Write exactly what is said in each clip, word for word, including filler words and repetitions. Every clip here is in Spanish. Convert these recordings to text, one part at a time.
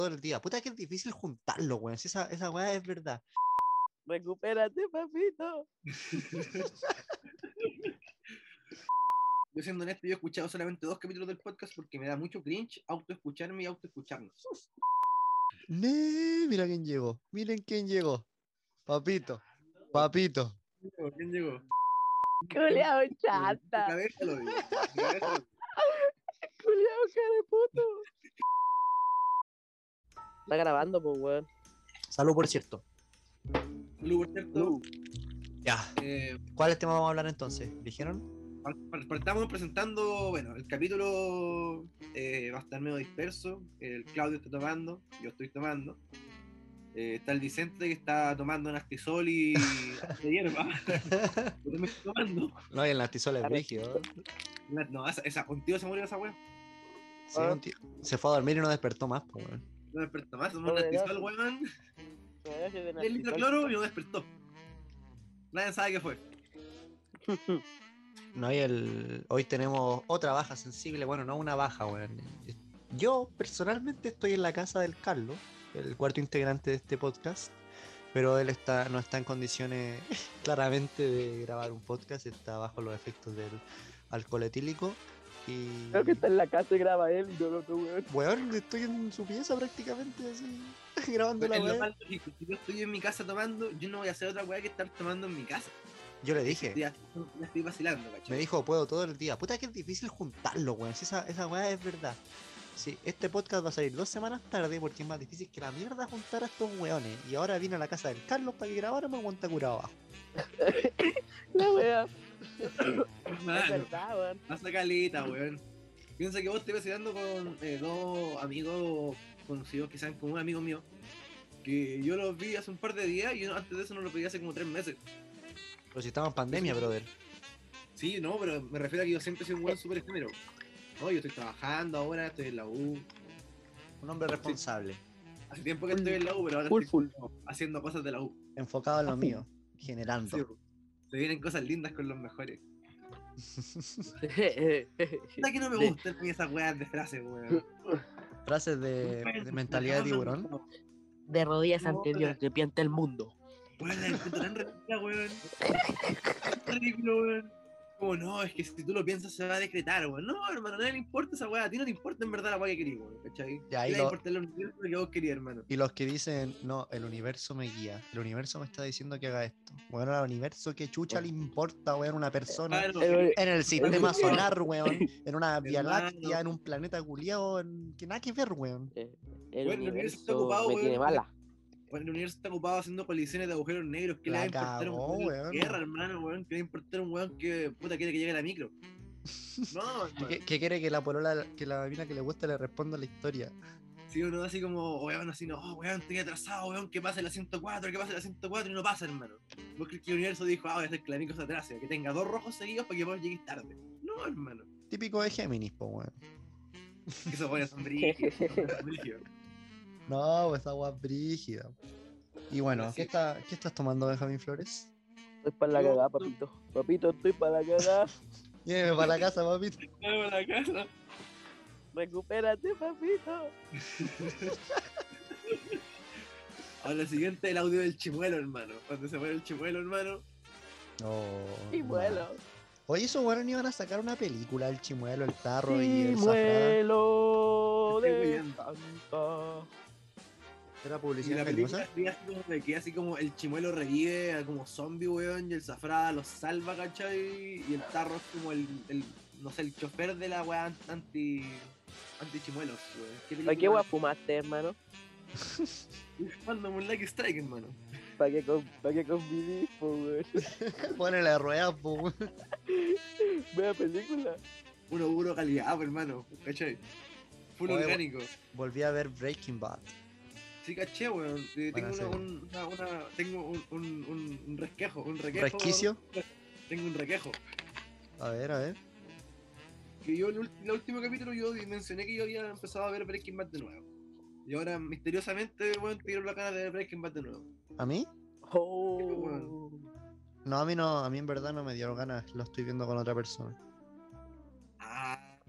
todo el día. Puta que es difícil juntarlo, weón. Si esa, esa weá es verdad. Recupérate, papito. Yo siendo honesto, yo he escuchado solamente dos capítulos del podcast porque me da mucho cringe autoescucharme y autoescucharnos. Nee, mira quién llegó. Miren quién llegó. Papito. Papito. ¿Quién llegó? Culeado Tu chata. cabeza lo digo. Tu cabeza lo digo. Culeado cara de puto. Está grabando, pues, weón. Salud, por cierto. Lu, por cierto, Ya. eh, ¿Cuál tema vamos a hablar entonces? ¿Dijeron? par- par- partamos presentando, bueno, el capítulo eh, va a estar medio disperso. El Claudio está tomando, yo estoy tomando. Eh, está el Vicente que está tomando Nastisol y de hierba. Yo también estoy tomando. No, y el Nastisol es brígido. La- No, esa, esa, contigo se murió esa wea. Sí, un tío. Se fue a dormir y no despertó más, pues, weón. No despertó más, tomó Pobre Nastisol, Dios. weón. Gracias de El litro de Nastisol. cloro y no despertó. Nadie sabe qué fue. No, y el... Hoy tenemos otra baja sensible. Bueno, no una baja, weón. Yo personalmente estoy en la casa del Carlos, el cuarto integrante de este podcast, pero él está, no está en condiciones claramente de grabar un podcast, está bajo los efectos del alcohol etílico. Y... Creo que está en la casa y graba él y no el otro weón. Weón, estoy en su pieza prácticamente así, grabando la Es lo weá. más lógico. Si yo estoy en mi casa tomando, yo no voy a hacer otra weá que estar tomando en mi casa. Yo le dije, Ya, ya estoy vacilando, ¿cachai? me dijo, puedo todo el día. Puta que es difícil juntarlo, weón. Si esa, esa weá es verdad. Sí, este podcast va a salir dos semanas tarde porque es más difícil que la mierda juntar a estos weones. Y ahora vine a la casa del Carlos para que grabáramos y aguanta curado abajo. La wea. Es Mano, verdad, weón. pasa caleta, weón. Piensa que vos estés vacilando con eh, dos amigos conocidos que sean como un amigo mío. Que yo los vi hace un par de días y yo antes de eso no los veía hace como tres meses. Pero si estamos en pandemia, brother. Sí, no, pero me refiero a que yo siempre he sido un weón súper efímero. No, yo estoy trabajando ahora, estoy en la U. Un hombre responsable. Hace tiempo que estoy en la U, pero ahora Full, estoy full. como haciendo cosas de la U. Enfocado en lo mío. Generando. Sí, se vienen cosas lindas con los mejores. ¿Sabes que no me De- gustan ni esas weas de frases, weón? Frases de, de mentalidad de tiburón. De rodillas No, ante Dios, que pianta el mundo. Weón, la encuentro tan ridícula, weón. Tan ridículo, weón. Como no, es que si tú lo piensas se va a decretar, weón. No, hermano, a nadie le importa esa weá. A ti no te importa en verdad la weá que querís, weón. ¿Cachai? Ya, ¿Qué ahí le lo- importa el universo lo que vos querías, hermano? Y los que dicen, no, el universo me guía. El universo me está diciendo que haga esto. Bueno, al universo, ¿qué chucha le importa, weón, una persona? Hermano, Eh, En el sistema solar, weón. En una vía Hermano. láctea, en un planeta culiao, en... que nada que ver, weón. eh, El Bueno, el universo está universo ocupado, me weón. tiene mala. Bueno, el universo está ocupado haciendo colisiones de agujeros negros. ¿Qué le va La a importar a un cagó, weón de weón. tierra, hermano, weón? ¿Qué le va a importar a un weón que puta quiere que llegue a la micro? No, hermano. ¿Qué, qué quiere que la polola, que la mina que le gusta le responda la historia? Si uno así como, weón, así no, oh, weón, estoy atrasado, weón, que pase la ciento cuatro, que pase la ciento cuatro y no pasa, hermano. ¿Vos crees que el universo dijo, ah, voy a hacer que la micro se atrase, que tenga dos rojos seguidos para que vos llegues tarde? No, hermano. Típico de Géminis, po, weón. Esos weones son brígidos, son brígidos. No, pues esa weá es brígida. Y bueno, Pero sí. ¿qué, está, ¿qué estás tomando, Benjamín Flores? Estoy para la Yo- cagada, papito. Papito, estoy para la cagada. Lléveme para la casa, papito. Salgo a la casa. Recupérate, papito. Ahora siguiente, el audio del chimuelo, hermano. Cuando se muere el chimuelo, hermano. Oh, Y vuelo. Oye, esos weones iban a sacar una película, el chimuelo, el tarro y el zafrada. Chimuelo Estoy de huyendo. Santa. Era Y publicidad la película engañosa. así, así como de que así como el chimuelo revive como zombie, weón, y el zafrada los salva, ¿cachai? Y el tarro es como el, el no sé, el chofer de la weá anti anti chimuelos, weón. ¿Qué ¿Para qué weá fumaste, hermano? Mándame un like strike, hermano. ¿Para qué, con, pa' qué convivís, po, weón? Pone la rueda, po, weón. Vea película. Uno puro calidad, pues, hermano, ¿cachai? Full Oye, orgánico. Volví a ver Breaking Bad. Sí, caché, weón. Eh, Buena Tengo una, serie. un, una, una- tengo un, un, un, un resquejo, un requejo. ¿Resquicio? Tengo un requejo. A ver, a ver. Que yo en el, el último capítulo yo mencioné que yo había empezado a ver Breaking Bad de nuevo. Y ahora misteriosamente, weón, te dieron la cara de ver Breaking Bad de nuevo. ¿A mí? Oh. No, a mí no, a mí en verdad no me dieron ganas. Lo estoy viendo con otra persona. Ah,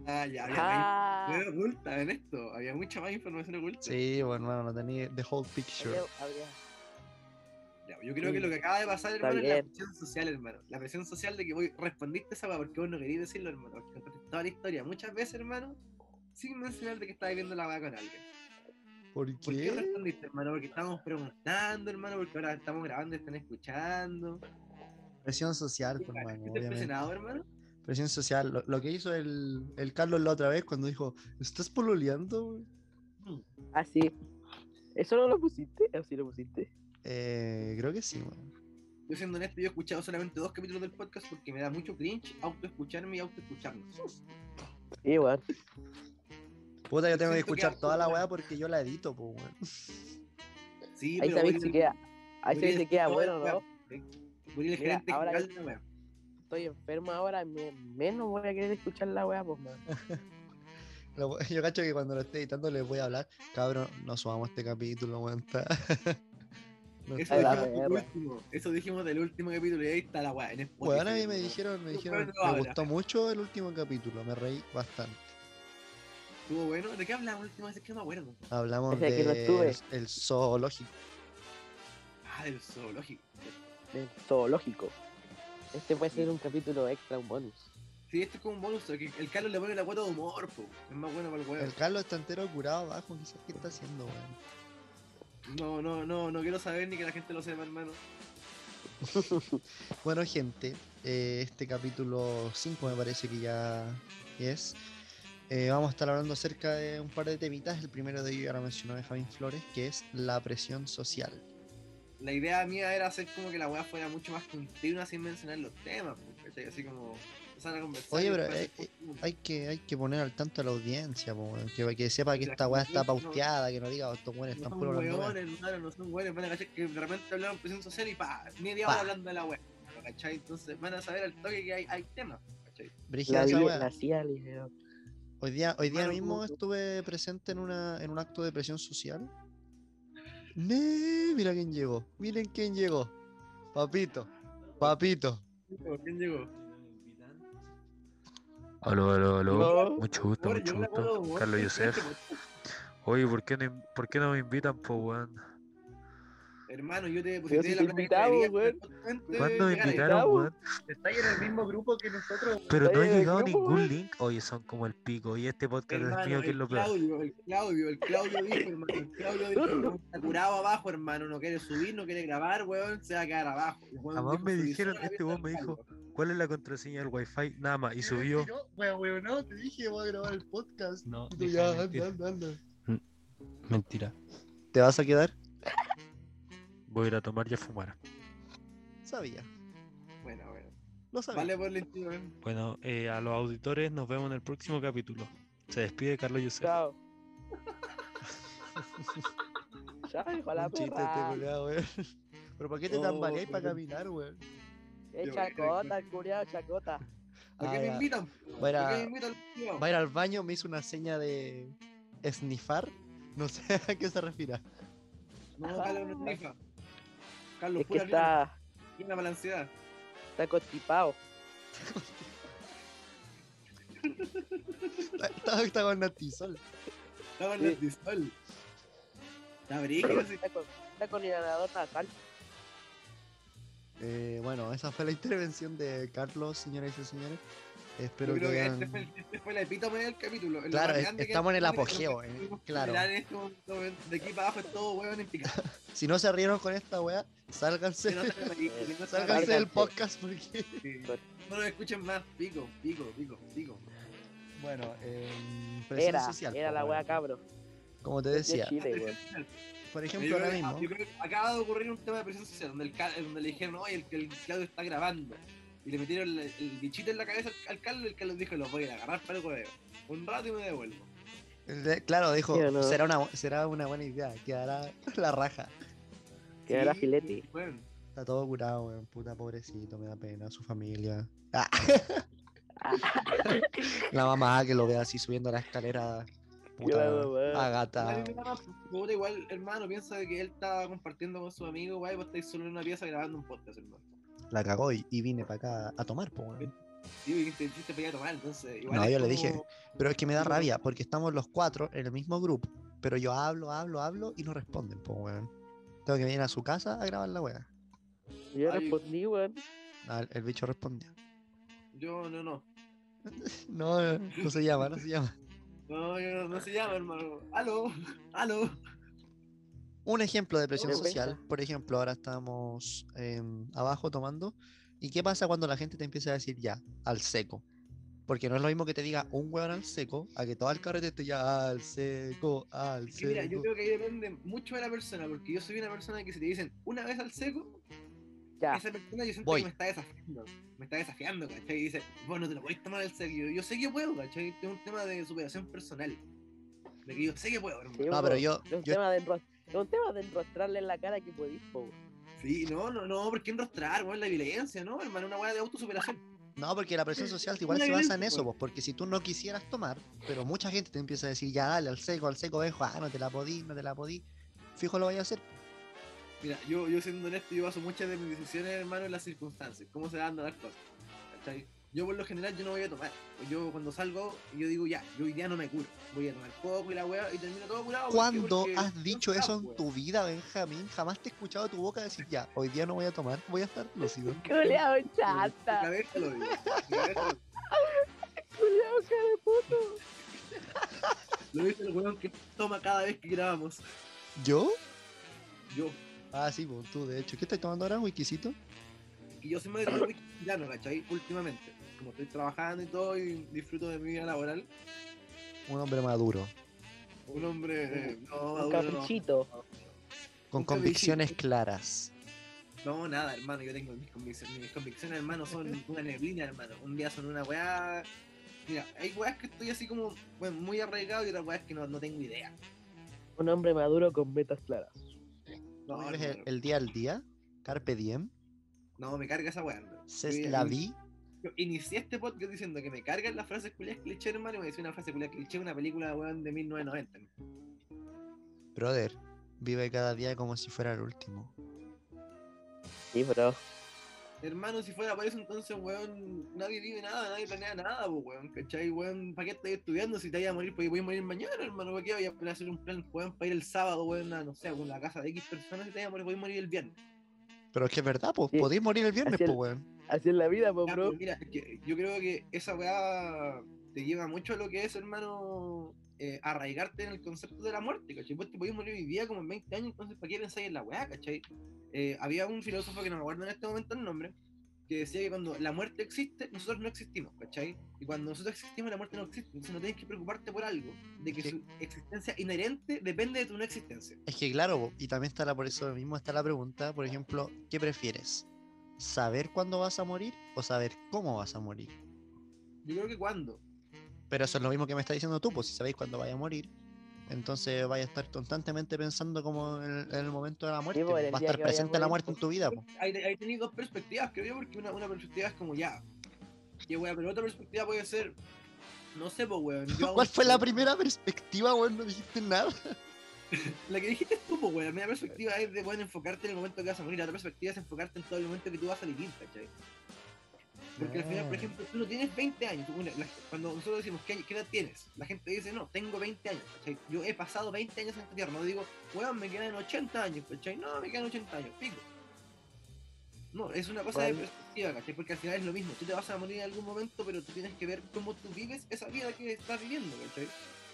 Ah, ya, había Ah, más información oculta en esto. Había mucha más información oculta. Sí, bueno, hermano, no tenía the whole picture. habría, habría. Ya, yo creo Sí, que lo que acaba de pasar, está hermano, es la bien. presión social, hermano. La presión social de que voy, respondiste esa weá porque vos no querías decirlo, hermano. Porque contaste toda la historia muchas veces, hermano, sin mencionar de que estabas viendo la weá con alguien. ¿Por ¿Por qué qué? respondiste, hermano? Porque estábamos preguntando, hermano, porque ahora estamos grabando y están escuchando. Presión social, ¿Qué pues, hermano, ¿Estás obviamente. presionado, hermano? Presión social. Lo, lo que hizo el, el Carlos la otra vez cuando dijo, ¿estás pololeando, güey? Mm. Ah, sí. ¿Eso no lo pusiste? ¿O sí lo pusiste? Eh, creo que sí, weón. Yo siendo honesto, yo he escuchado solamente dos capítulos del podcast porque me da mucho cringe autoescucharme y autoescucharnos. Puta, Igual. yo tengo que Siento que escuchar toda la algo- weá porque yo la edito, pues, weón. Sí, Ahí pero sabéis voy si el- queda. Ahí voy sabéis el si queda C E O de la bueno, wea, ¿no? ¿sí? Voy el Mira, gerente ahora general de la wea. Estoy enfermo ahora, me- menos voy a querer escuchar la weá, pues, man. Lo- Yo cacho que cuando lo esté editando les voy a hablar, cabrón, no subamos este capítulo, weón. Está... no Eso está Ay, la dijimos del perra. último. Eso dijimos del último capítulo y ahí está la wea. En Spotify, Bueno, a mí me hermano. dijeron, me Tú dijeron, puedes no me hablar. gustó mucho el último capítulo, me reí bastante. ¿Estuvo bueno? ¿De qué hablamos la última vez? Es que no me acuerdo. Hablamos Ese que no de estuve. el zoológico. Ah, del zoológico. Del zoológico. Este puede ser un capítulo extra, un bonus. Sí, esto es como un bonus. Que el Carlos le pone la cuota de humor, po. Es más bueno para el huevo. El Carlos está entero curado abajo, quizás qué está haciendo, weón. No, no, no, no quiero saber ni que la gente lo sepa, hermano. Bueno, gente, eh, este capítulo cinco me parece que ya es. Eh, vamos a estar hablando acerca de un par de temitas. El primero de ellos ya lo mencionó de Javín Flores, que es la presión social. La idea mía era hacer como que la weá fuera mucho más continua sin mencionar los temas, po, ¿cachai? Así como empezar a conversar. Oye, y pero después eh, hacer eh, como- hay que, hay que poner al tanto a la audiencia, po, weón, que, que sepa que Y la esta weá está gente no- pauteada, que no diga, "Oh, estos weones No están son puro hablando weá". weones, hermano, no son weones, van a cachar que de repente hablamos de presión social y pa, media Pa. hora hablando de la weá, ¿cachai? Entonces van a saber al toque que hay, hay temas, ¿cachai? Brígida La, esa li- weá. la C I A liberó. Hoy día, hoy día Hermano, mismo ¿cómo- estuve presente en, una, en un acto de presión social. Nee, mira quién llegó. Miren quién llegó. Papito. Papito. ¿Quién llegó? Aló, aló, aló. No. Mucho gusto, Ahora mucho llegó la cuota de gusto. humor, Carlos ¿qué Yosef. crees? Oye, ¿por qué no, in- ¿por qué no me invitan, po, weón? Hermano, yo te Pero deposité si la te plata que invitamos, traería weón. justamente ¿Cuándo me llegar ahí. invitaron, invitamos? weón? Estáis en el mismo grupo que nosotros. Pero ¿Está no ha ahí en el llegado grupo, ningún weón? link. Oye, son como el pico. Y este podcast es Hermano, mío, que es el lo peor. Claudio, el Claudio, el Claudio dijo, hermano, el Claudio dijo, "Weón, está curado abajo, hermano, no quiere subir, no quiere grabar, weón, se va a quedar abajo". El weón Jamás dijo, me "Subí dijeron, solo la este pieza weón del me dijo, Carlos". ¿cuál es la contraseña del wifi? Nada más. Y subió. Weón, weón, no, te dije, voy a grabar el podcast. No, Y tú deja ya, de mentir. anda, anda, anda. Mentira. ¿Te vas a quedar? Voy a ir a tomar y a fumar. Sabía. Bueno, bueno. Lo sabía. Vale por la introducción. Bueno, eh, a los auditores nos vemos en el próximo capítulo. Se despide Carlos Yosef. Chao. Chao, hijo de la Un chiste este perra. culiao, weón. Pero ¿para qué te Oh, tambaleáis para weón. caminar, weón? Es Yo- chacota, el culiao, chacota. ¿Por Ah, qué me ya. invitan? Va a ir ¿Por a- qué me invitan? tío? Va a ir al baño, me hizo una seña de esnifar. No sé a qué se refiere. No, Carlos no es rifa. Carlos, Es que pura vida, está, una para la ansiedad. está constipado. Estaba está con Natisol. Estaba en Sí. el disol. Está brígido, sí. Está con, está con inhalador nasal. Eh, bueno, esa fue la intervención de Carlos, señoras y señores. Espero Yo creo que que hayan- este fue, el, este fue el epítome del capítulo. Es lo Claro, más es- grande que estamos en el hay, porque apogeo, nosotros eh, tuvimos que claro. mirar en este momento, de aquí para abajo es todo hueón en picado. Si no se rieron con esta weá, sálganse, Que no se reír, que no se sálganse del Sálganse. podcast porque. Sí. No nos escuchen más, pico, pico, pico, pico. Bueno, eh, presión Era, social. era po, la weón. wea cabro. Como te De decía, Chile, weón. por Yo ejemplo, creo, ahora que, mismo. yo creo que acaba de ocurrir un tema de presión social donde, el, Cal- donde le dijeron, oye, el, el Claudio está grabando. Y le metieron el, el bichito en la cabeza al, al Carlos y el Carlos dijo, lo voy a ir a agarrar para el huevo. Un rato y me devuelvo. Le- Claro, dijo, ¿Sí o no? será, una, será una buena idea, quedará la raja. Que era Sí, filete. bueno. Está todo curado, weón. Puta pobrecito, me da pena, su familia. Ah. La mamá que lo ve así subiendo la escalera. Qué la Puta, mamá. A agata. mí me da más, puta, igual, hermano, piensa que él está compartiendo con su amigo, guay, vos estáis solo en una pieza grabando un podcast, hermano. La cagó y, y vine para acá a tomar, po, weón. Digo, y te dijiste para ir a tomar, entonces igual No, es yo le como- dije, pero es que me da como- rabia porque estamos los cuatro en el mismo grupo, pero yo hablo, hablo, hablo y no responden, pues, weón. Tengo que venir a su casa a grabar la weá. Yo Ay. respondí, weón. Ah, el, el bicho respondió. Yo no, no. No, no se llama, no se llama. No, yo no, no se llama, hermano. Aló, aló. Un ejemplo de presión Me social, cuesta. por ejemplo, ahora estamos em, abajo tomando. ¿Y qué pasa cuando la gente te empieza a decir ya, al seco? Porque no es lo mismo que te diga un hueón al seco, a que todo el carrete esté ya al seco, al Es que mira, yo seco. creo que ahí depende mucho de la persona, porque yo soy una persona que si te dicen una vez al seco, Ya. esa persona yo siento Voy. que me está desafiando. Me está desafiando, ¿cachai? Y dice, bueno, te lo podéis tomar al seco. Yo, yo sé que puedo, ¿cachai? Es un tema de superación personal. De que yo sé que puedo, hermano. Sí, No, po, pero yo- Es un, yo- tema de enros- es un tema de enrostrarle en la cara que podís, po. Sí, no, no, no, ¿por qué enrostrar, weón? La violencia, ¿no? Hermano, una weá de autosuperación. No, porque la presión social igual Una se basa en violencia, eso, pues. pues, porque si tú no quisieras tomar, pero mucha gente te empieza a decir, ya dale, al seco, al seco, venjo, ah, no te la podí, no te la podí, fijo lo vaya a hacer. Mira, yo, yo siendo honesto, yo baso muchas de mis decisiones, hermano, en las circunstancias, cómo se van a dar las cosas. ¿Cachai? Yo por lo general yo no voy a tomar. Yo cuando salgo, yo digo ya, yo hoy día no me curo. Voy a tomar poco y la weá y termino todo curado. ¿por qué? ¿Cuándo Porque has no dicho está, eso en weón. tu vida, Benjamín? Jamás te he escuchado tu boca decir, ya, hoy día no voy a tomar, voy a estar lúcido. Culeado Mi chata. cabeza lo digo. Mi cabeza lo digo. Culeado cara de puto. Lo dice el weón que toma cada vez que grabamos. ¿Yo? Yo. Ah, sí, pues tú, de hecho. ¿Qué estás tomando ahora, whiskycito? Y yo soy medio whisky tirano, ¿cachai? Últimamente. Como estoy trabajando y todo y disfruto de mi vida laboral. Un hombre maduro, Un hombre. eh, no, Un maduro, no. caprichito. con Un convicciones cabellito. claras. No, nada, hermano, yo tengo mis convicciones. Mis convicciones, hermano, son una neblina, hermano. Un día son una weá. Mira, hay weás que estoy así como bueno, muy arraigado y otras weás que no, no tengo idea. Un hombre maduro con metas claras. ¿Tú No, vives el, hermano, el día al día? Carpe diem. no, me carga esa weá, hermano. C'est Yo- la yo- vie. Yo inicié este podcast diciendo que me cargan las frases culias cliché, hermano, y me decía una frase culia cliché, una película weón de mil novecientos noventa. Brother, vive cada día como si fuera el último. Sí, bro. Hermano, si fuera por eso, entonces, weón, nadie vive nada, nadie planea nada, pues, weón, ¿cachai? Weón, ¿para qué estás estudiando si te vayas a morir? Porque voy a morir mañana, hermano, ¿para qué voy a hacer un plan, weón, para ir el sábado, weón, a, no sé, con la casa de X personas y te vayas a morir, voy a morir el viernes? Pero es que es verdad, pues, Sí. podéis morir el viernes, Así pues, el- weón. Así es la vida, po, Ya, bro. pero mira, es que yo creo que esa weá te lleva mucho a lo que es, hermano, eh, arraigarte en el concepto de la muerte, ¿cachai? Vos te podés morir hoy día como en veinte años, entonces ¿para qué pensáis en la weá, cachai? Eh, había un filósofo que no me acuerdo en este momento el nombre, que decía que cuando la muerte existe, nosotros no existimos, ¿cachai? Y cuando nosotros existimos, la muerte no existe, entonces no tienes que preocuparte por algo, de que ¿Qué? su existencia inherente depende de tu no existencia. Es que claro, po, y también está la, por eso mismo está la pregunta, por ejemplo, ¿qué prefieres? ¿Saber cuándo vas a morir o saber cómo vas a morir? Yo creo que cuando, Pero eso es lo mismo que me estás diciendo tú, pues si sabéis cuándo vaya a morir, entonces vaya a estar constantemente pensando como en, en el momento de la muerte, pues, po, el va a día estar que vaya a presente la morir, muerte en tu vida, po. ahí, ahí tenéis dos perspectivas, creo yo, porque una, una perspectiva es como ya, qué wea, pero otra perspectiva puede ser, no sé, pues weón. yo hago ¿Cuál un- fue la primera perspectiva, weón? No dijiste nada. La que dijiste tú, pues weón, la primera perspectiva es de weón, enfocarte en el momento que vas a morir, la otra perspectiva es enfocarte en todo el momento que tú vas a vivir, ¿cachai? Porque al final, por Ah. ejemplo, tú no tienes veinte años. Tú, bueno, la- cuando nosotros decimos, ¿qué, ¿qué edad tienes? La gente dice, no, tengo veinte años, ¿cachai? Yo he pasado veinte años en esta tierra. No digo, weón, me quedan ochenta años, ¿cachai? No, me quedan ochenta años, pico. No, es una cosa de Vale. perspectiva, ¿cachai? Porque al final es lo mismo. Tú te vas a morir en algún momento, pero tú tienes que ver cómo tú vives esa vida que estás viviendo, ¿cachai?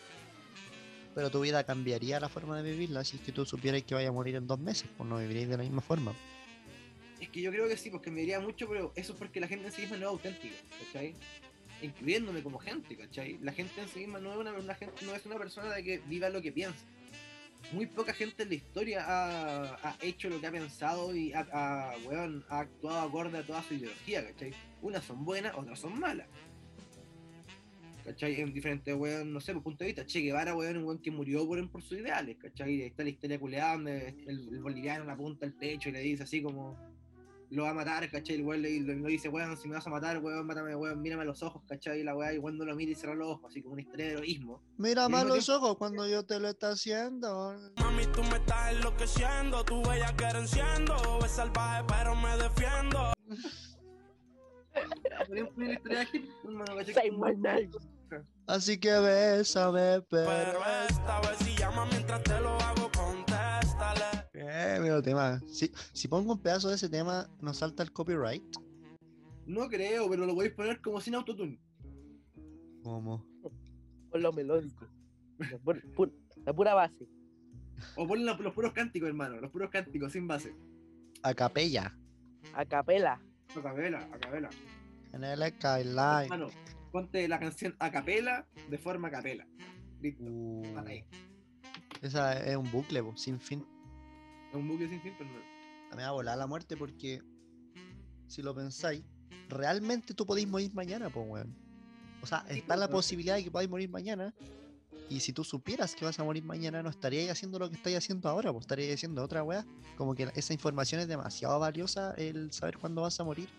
Pero tu vida cambiaría la forma de vivirla si es que tú supieras que vaya a morir en dos meses, pues no viviríais de la misma forma. Es que yo creo que sí, porque me diría mucho, pero eso es porque la gente en sí misma no es auténtica, ¿cachai? Incluyéndome como gente, ¿cachai? La gente en sí misma no es una, una gente, no es una persona de que viva lo que piensa. Muy poca gente en la historia ha, ha hecho lo que ha pensado y ha, ha, weón, ha actuado acorde a toda su ideología, ¿cachai? Unas son buenas, otras son malas. ¿Cachai? En diferentes, weón, no sé, por punto de vista. Che Guevara, weón, un weón que murió por, por sus ideales, ¿cachai? Ahí está la historia culeada donde el, el boliviano le apunta al pecho y le dice así como lo va a matar, ¿cachai? El weón le, le, le dice, weón, si me vas a matar, weón, mátame, weón, mírame a los ojos, ¿cachai? Y la weá, y weón no lo mira y cierra los ojos, así como una historia de heroísmo. Mira Y al más mismo los tiempo- ojos cuando yo te lo está haciendo. Mami, tú me estás enloqueciendo, tú bella que enciendo, es salvaje pero me defiendo. ponemos en la historia de Egipto, hermano, ¿cachai? Say my name. Así que bésame, Pero pero... esta vez si llama mientras te lo hago, contéstale. Eh, pero tema. Si, si pongo un pedazo de ese tema, ¿nos salta el copyright? No creo, pero lo podéis poner como sin autotune. ¿Cómo? Por lo melódico. La, pur- pur- la pura base. O ponen los, los puros cánticos, hermano, los puros cánticos, sin base. A capella. A capela. A capela, a capela. En el skyline. Hermano, ponte la canción a capela de forma a capela. Listo. Uh, Para ahí. esa es un bucle, po, sin fin. Es un bucle sin fin, pero no. Me va a volar la muerte porque si lo pensáis, realmente tú podéis morir mañana, pues, weón. O sea, Sí, está la pues, posibilidad de que podáis morir mañana. Y si tú supieras que vas a morir mañana, no estaríais haciendo lo que estáis haciendo ahora, pues estaríais haciendo otra weá. Como que esa información es demasiado valiosa, el saber cuándo vas a morir.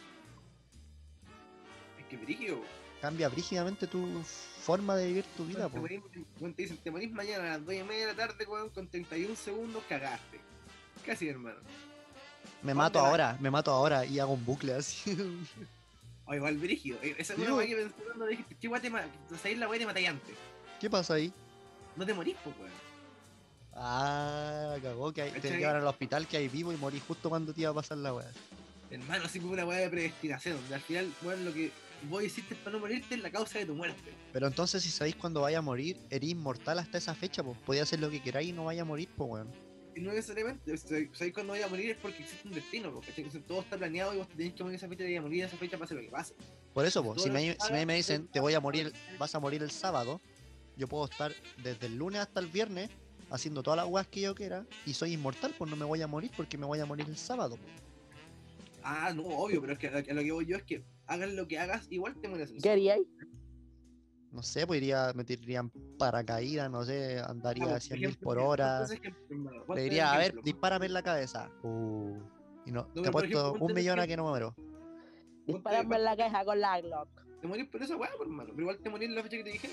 Es que brígido. Cambia brígidamente tu forma de vivir tu vida, Te pues. morís, cuando te dicen, te morís mañana a las dos y media de la tarde, weón, con treinta y un segundos, cagaste. Casi, hermano. Me ¿Dónde mato vas? ahora, me mato ahora y hago un bucle así. O igual brígido. Eh, Esa es Sí, una bo. weá que pensé cuando dijiste, che, weá, te ma- sabés la weá te matáis antes. ¿Qué pasa ahí? No te morís, pues, weón. Ah, cagó, que hay- te ¿Cachai? llevan al hospital que hay vivo y morís justo cuando te iba a pasar la weá. Hermano, así como una weá de predestinación, donde al final, weón, lo que vos hiciste para no morirte es la causa de tu muerte. Pero entonces si sabéis cuándo vaya a morir, eres inmortal hasta esa fecha, pues podía hacer lo que queráis y no vaya a morir, pues weón. Y no necesariamente, sabéis sabéis cuándo vaya a morir es porque existe un destino, porque ¿cachai? Todo está planeado y vos te tenés que morir esa fecha, de morir esa fecha, pase lo que pase. Por eso, pues, Todo si lo me, que si me, hagas, me dicen, todo- te voy a morir, vas a morir el sábado, yo puedo estar desde el lunes hasta el viernes haciendo todas las weas que yo quiera y soy inmortal, pues no me voy a morir porque me voy a morir el sábado. Po. Ah, no, obvio, pero es que a a lo que voy yo es que hagas lo que hagas, igual te mueres. el ¿Qué haríais? No sé, pues iría, me tiraría en paracaídas, no sé, sábado. andaría Ah, a por cien mil ejemplo, por mira, hora. ponte ese ejemplo, hermano, Le ponte diría, el a ver, ejemplo. dispárame en la cabeza. Uh, y no, No, te pero por apuesto ejemplo, ponte un el millón a ejemplo. que no me muero. Dispararme en la cabeza con la Glock. Te morís por esa weá, por hermano, pero igual te morís en la fecha que te dijeron.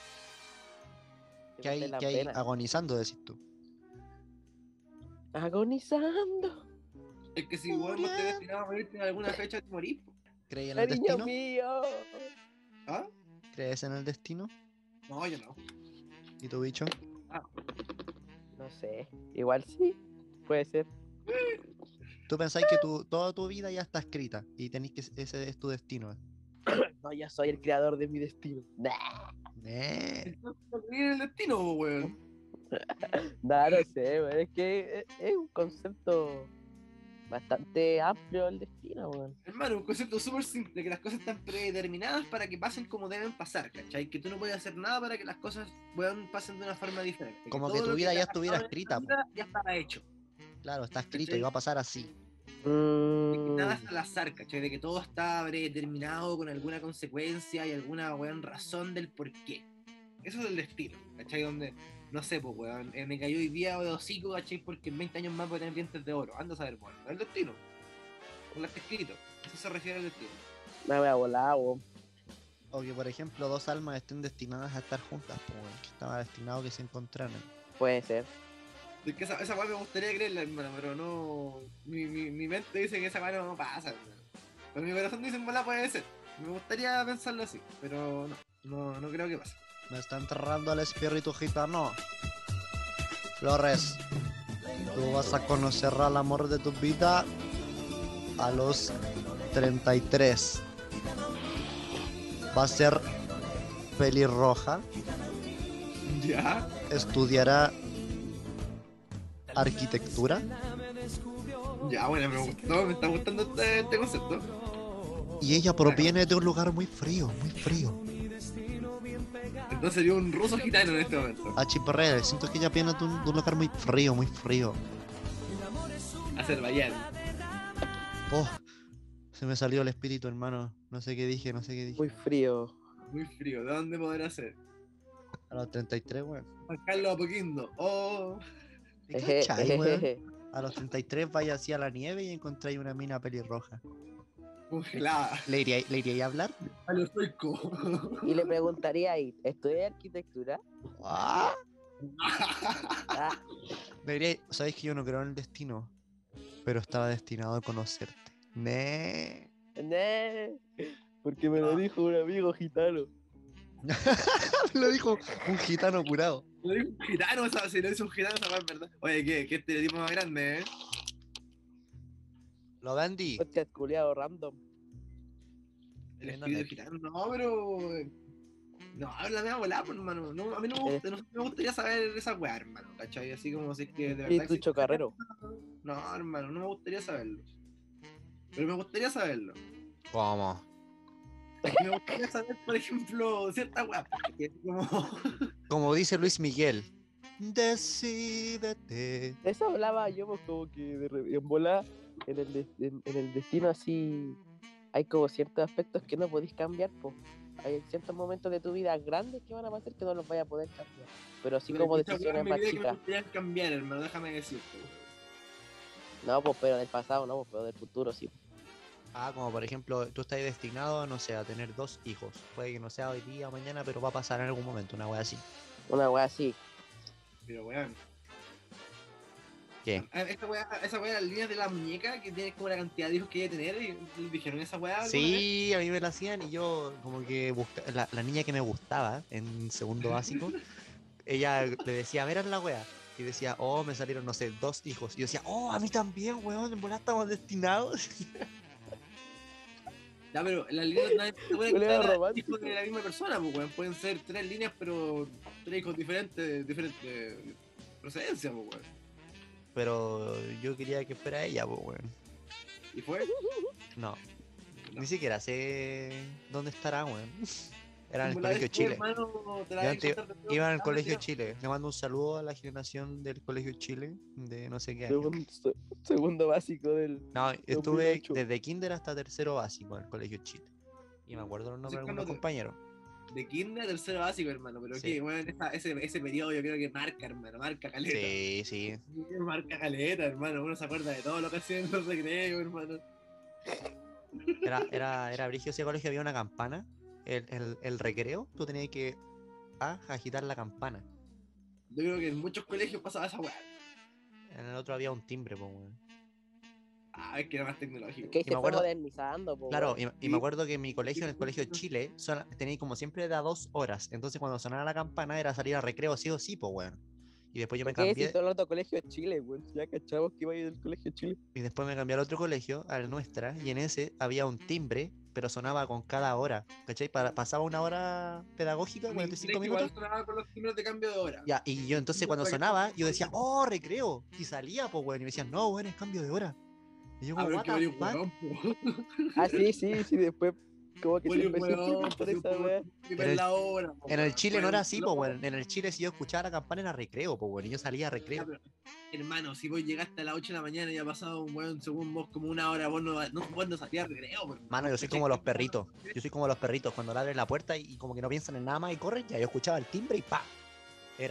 Te Que hay, meten la que hay pena. agonizando, decís tú. Agonizando. Es que si weón, vos te destinado a morirte en alguna fecha, te morís, po. ¿Crees en el Cariño destino? mío. ¿Ah? ¿Crees en el destino? No, yo no. ¿Y tu bicho? No sé. Igual sí. Puede ser. Tú pensáis que tu, toda tu vida ya está escrita y tenéis que ese es tu destino. No, yo soy el creador de mi destino. Nah, Eh, Entonces, no creí en el destino, po, weón. nah, no sé, weón. Es que es, es un concepto bastante amplio el destino, weón. Hermano, un concepto súper simple, que las cosas están predeterminadas para que pasen como deben pasar, ¿cachai? Que tú no puedes hacer nada para que las cosas weón, pasen de una forma diferente. Como todo que tu lo vida ya ha estuviera pasado en escrita, esta vida ya estaba hecho. claro, está escrito ¿Cachai? y va a pasar así. De que nada Mm, es al azar, ¿cachai? De que todo está predeterminado con alguna consecuencia y alguna weón razón del por qué. Eso es el destino, ¿cachai? Donde, no sé, pues weón, eh, me cayó hoy día de hocico, ¿cachai? Porque en veinte años más voy a tener dientes de oro. Anda a saber, weón. Es el destino. Con lo que está escrito. Eso se refiere al destino. me voy a volar, weón. O que, por ejemplo, dos almas estén destinadas a estar juntas, po, weón, que estaba destinado que se encontraran. Puede ser. Es que esa, esa weá me gustaría creerla, hermano, pero no. Mi, mi, mi mente dice que esa weá no pasa, hermano. Pero mi corazón dice, bola puede ser. Me gustaría pensarlo así, pero no. No, no creo que pase. Me está enterrando el espíritu gitano. Flores, tú vas a conocer al amor de tu vida a los treinta y tres. Va a ser pelirroja, Ya. estudiará arquitectura Ya, bueno, me gustó, me está gustando este, este concepto. y ella proviene de un lugar muy frío, muy frío. Entonces sería un ruso gitano en este momento. Achiperrera, siento que ella viene de un, de un lugar muy frío, muy frío. Azerbaiyán. Oh, se me salió el espíritu, hermano. No sé qué dije, no sé qué dije. Muy frío. Muy frío. ¿De dónde podrá ser? A los treinta y tres, weón. Juan Carlos Apoquindo. Oh. ¿Me Eje, cachai, weón? eje. A los treinta y tres vaya así a la nieve y encontráis una mina pelirroja. Congelada. ¿Le iría, ¿le iría a hablar? A lo estoico. Y le preguntaría ahí, ¿estudié arquitectura? Ah, Ah, le diría, sabes que yo no creo en el destino, pero estaba destinado a conocerte. Nee. Nee, porque me lo dijo un amigo gitano. Lo dijo un gitano curado. Lo dijo un gitano, esa, si lo dice un gitano, esa weá es verdad. Oye, ¿qué, qué estereotipo más grande, eh? Lo Gandhi. Podcast culiado random. El Viendo espíritu Netflix. gitano, no, pero. eh, No, habla me va a volar, pues, hermano. No, a mí no me, gusta, no, me gustaría saber esa weá, hermano, ¿cachai? Así como si es que de verdad. Espíritu existe- chocarrero. No, hermano, no me gustaría saberlo. Pero me gustaría saberlo. ¿Cómo? Me gustaría saber, por ejemplo, cierta weá, porque es como. Como dice Luis Miguel. Decídete. De eso hablaba yo, pues como que de re- en bola, en el, des- en, en el destino así, hay como ciertos aspectos que no podéis cambiar, pues. Hay ciertos momentos de tu vida grandes que van a pasar que no los vaya a poder cambiar. Pero así Pero como hay muchas weas decisiones en mi más vida que me chicas. gustaría cambiar, hermano, déjame decirte. No, pues pero del pasado no, pues pero del futuro sí. Ah, como por ejemplo, tú estás destinado, no sé, a tener dos hijos. Puede que no sea hoy día o mañana, pero va a pasar en algún momento, una wea así. Una weá así. Pero weón. ¿Qué? Ah, Esa weá, esa weá, las líneas de la muñeca que tiene como la cantidad de hijos que hay que tener. Y, y dijeron esa weá. alguna vez? Sí, a mí me la hacían y yo como que busca... la, la niña que me gustaba en segundo básico, ella le decía, ver la wea. Y decía, oh, me salieron, no sé, dos hijos. Y yo decía, oh, a mí también, weón, en volar estamos destinados. Ya, pero las líneas no se pueden Culeado quitar a romántico. hijos de la misma persona, pues weón. Pueden ser tres líneas, pero tres hijos diferentes, diferentes procedencia, pues weón. Pero yo quería que fuera ella, pues, weón. ¿Y fue? No, No. ni siquiera sé dónde estará, weón. Era en el Como la Colegio vez que, Chile. hermano, te la Yo voy a antes contar de nuevo. iba al Ah, Colegio mentira. Chile. Le mando un saludo a la generación del Colegio Chile de no sé qué año. Segundo, se- segundo básico del No, estuve dos mil ocho. desde kinder hasta tercero básico en el Colegio Chile. Y me acuerdo los nombres de algunos cuando te- compañeros. De kinder a tercero básico, hermano. Pero Sí. que, weón, esa- ese, ese periodo yo creo que marca, hermano. Marca caleta. Sí, sí. Sí, marca caleta, hermano. Uno se acuerda de todo lo que hacían en los recreos, hermano. Era, era, era brigio ese colegio, había una campana. El, el, el recreo, tú tenías que ah, agitar la campana. Yo creo que en muchos colegios pasaba esa weá. En el otro había un timbre, pues, weón. Ah, es que era más tecnológico. Es que ahí Y se me fue acuerdo- modernizando, po, Claro, weón. y, y me acuerdo que en mi colegio, en el Colegio Chile, sola- tenía como siempre era dos horas. Entonces cuando sonaba la campana era salir a recreo sí o sí, pues, weón. Y después yo me ¿Por qué si cambié, todo el rato colegio de Chile, weón? Ya cachamos que iba a ir del colegio de Chile. y después me cambié al otro colegio, al nuestra, y en ese había un timbre, pero sonaba con cada hora. ¿Cachai? Para- pasaba una hora pedagógica, En mi cuarenta y cinco colegio igual minutos. sonaba con los timbres de cambio de hora. Ya, y yo entonces cuando sonaba, yo decía, oh, recreo. Y salía, pues, weón. Y me decían, no, weón, es cambio de hora. Y yo Ah, como, pero what que the varios fuck? weón, po. Ah, sí, sí, sí, después como que se Varios empezó a weón, implementar pues, esa un weá. poco En el- la hora, po, En el weón. Chile no Weón, era así, pues, loco. weón. En el Chile si yo escuchaba la campana era recreo, pues, weón. Y yo salía a Ya, recreo. pero, hermano, si vos llegaste a las ocho de la mañana y ha pasado un weón según vos como una hora, vos no, no, vos no salías a recreo, po, hermano. Mano, yo soy ¿Cachai? como los perritos. Yo soy como los perritos. Cuando le abren la puerta y, y como que no piensan en nada más y corren, ya yo escuchaba el timbre y pa. Era.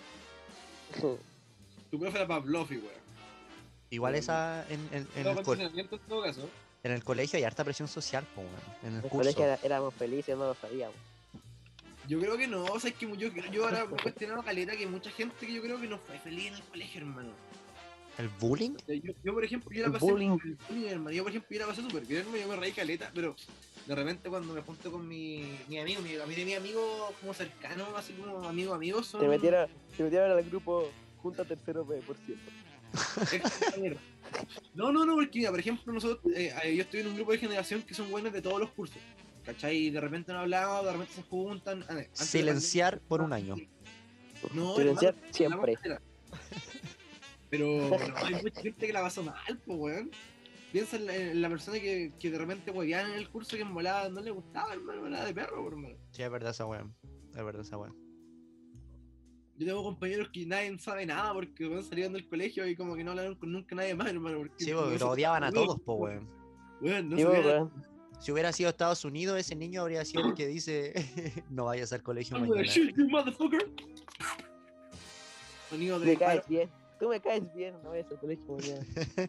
Tu profe era Pavlovi, weón. Igual esa en, en- en Todo el, co- condicionamiento en todo caso. en el colegio hay harta presión social, pues, weón. En el En el curso. colegio era- éramos felices, no lo sabíamos. Yo creo que no, o sea, es que yo, yo ahora me he cuestionado caleta que hay mucha gente que yo creo que no fue feliz en el colegio, hermano. ¿El bullying? O sea, Yo, yo, por ejemplo, yo la El pasé bullying. el bullying, hermano. Yo, por ejemplo, yo la pasé súper bien, yo me reí caleta, pero de repente cuando me junto con mi, mi amigo, mi, a mí de mi amigo como cercano, así como amigos amigos, son Te metieron, te metieron al grupo Junta Tercero B, por cierto. ex compañeros. No, no, no, porque mira, por ejemplo, nosotros, eh, eh, yo estoy en un grupo de generación que son buenos de todos los cursos, ¿cachai? Y de repente no hablamos, de repente se juntan. ah, antes de Silenciar pandemia- por un año. No, Silenciar hermano, siempre. hablamos caleta. Pero no, hay mucha gente que la pasó mal, pues, weón. Piensa en la, en la persona que, que de repente hueveaban en el curso que en volada no le gustaba, hermano, volada de perro, hermano. Sí, es verdad esa weón. Es verdad esa weón. Yo tengo compañeros que nadie sabe nada porque weón, salieron del colegio y como que no hablaron con nunca nadie más, hermano. Porque, Sí, porque no se- lo odiaban a weón, todos, po, weón. Weón, no Sí, se po, vean- weón. Si hubiera sido Estados Unidos, ese niño habría sido el que dice no vayas al colegio I'm gonna mañana. shoot you, motherfucker. Sonido de Me disparo. caes bien. Tú me caes bien, no vayas al colegio mañana.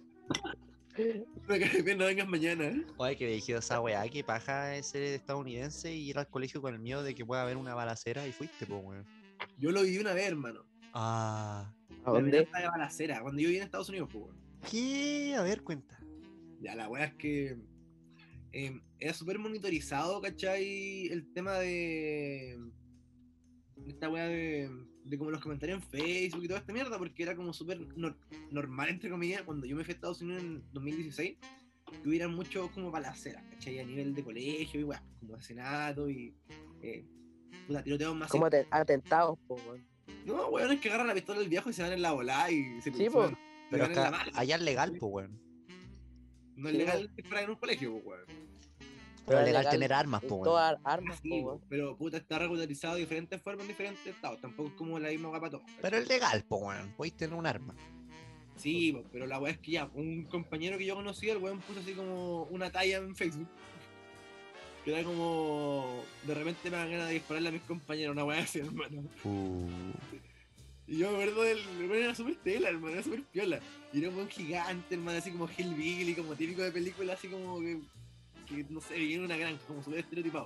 Me cae bien, no vengas mañana. ¿eh? Oye, que dirigido esa weá, que paja es ser estadounidense y ir al colegio con el miedo de que pueda haber una balacera y fuiste, po, weón. Yo lo viví una vez, hermano. Ah. ¿A La dónde? amenaza de balacera, cuando yo vivía en Estados Unidos, pues, weón. ¿Qué? A ver, cuenta. Ya, la weá es que eh, era súper monitorizado, ¿cachai? El tema de esta weá de, de como los comentarios en Facebook y toda esta mierda, porque era como súper nor- normal, entre comillas, cuando yo me fui a Estados Unidos en dos mil dieciséis, que hubieran muchos como balaceras, ¿cachai? A nivel de colegio y weá, como asesinato y eh, puta, tiroteos masivos. Como aten- atentados, po, weón. No, weón, es que agarran la pistola del viejo y se van en la volada y se, Sí, se po. van, se Pero van en la acá, mala. allá es legal, pues, weón. No es Sí, legal disparar en un colegio, pues, weón. Pero es es legal tener armas, en pues, weón. todas armas, Sí, po, po, weón. pero puta, está regularizado de diferentes formas en diferentes estados. Tampoco es como la misma weá para todos. ¿cachai? Pero es legal, pues, weón. Podéis tener un arma. Sí, po, pero la weá es que ya, un compañero que yo conocía, el weón puso así como una talla en Facebook. Que era como. De repente me dan ganas de dispararle a mis compañeros, una weá así, hermano. Uh. Y yo me acuerdo del. El weón era súper tela, hermano, era súper piola. Y era un weón gigante, hermano, así como Hillbilly, como típico de película, así como que. que no sé, viene una granja, como súper estereotipado.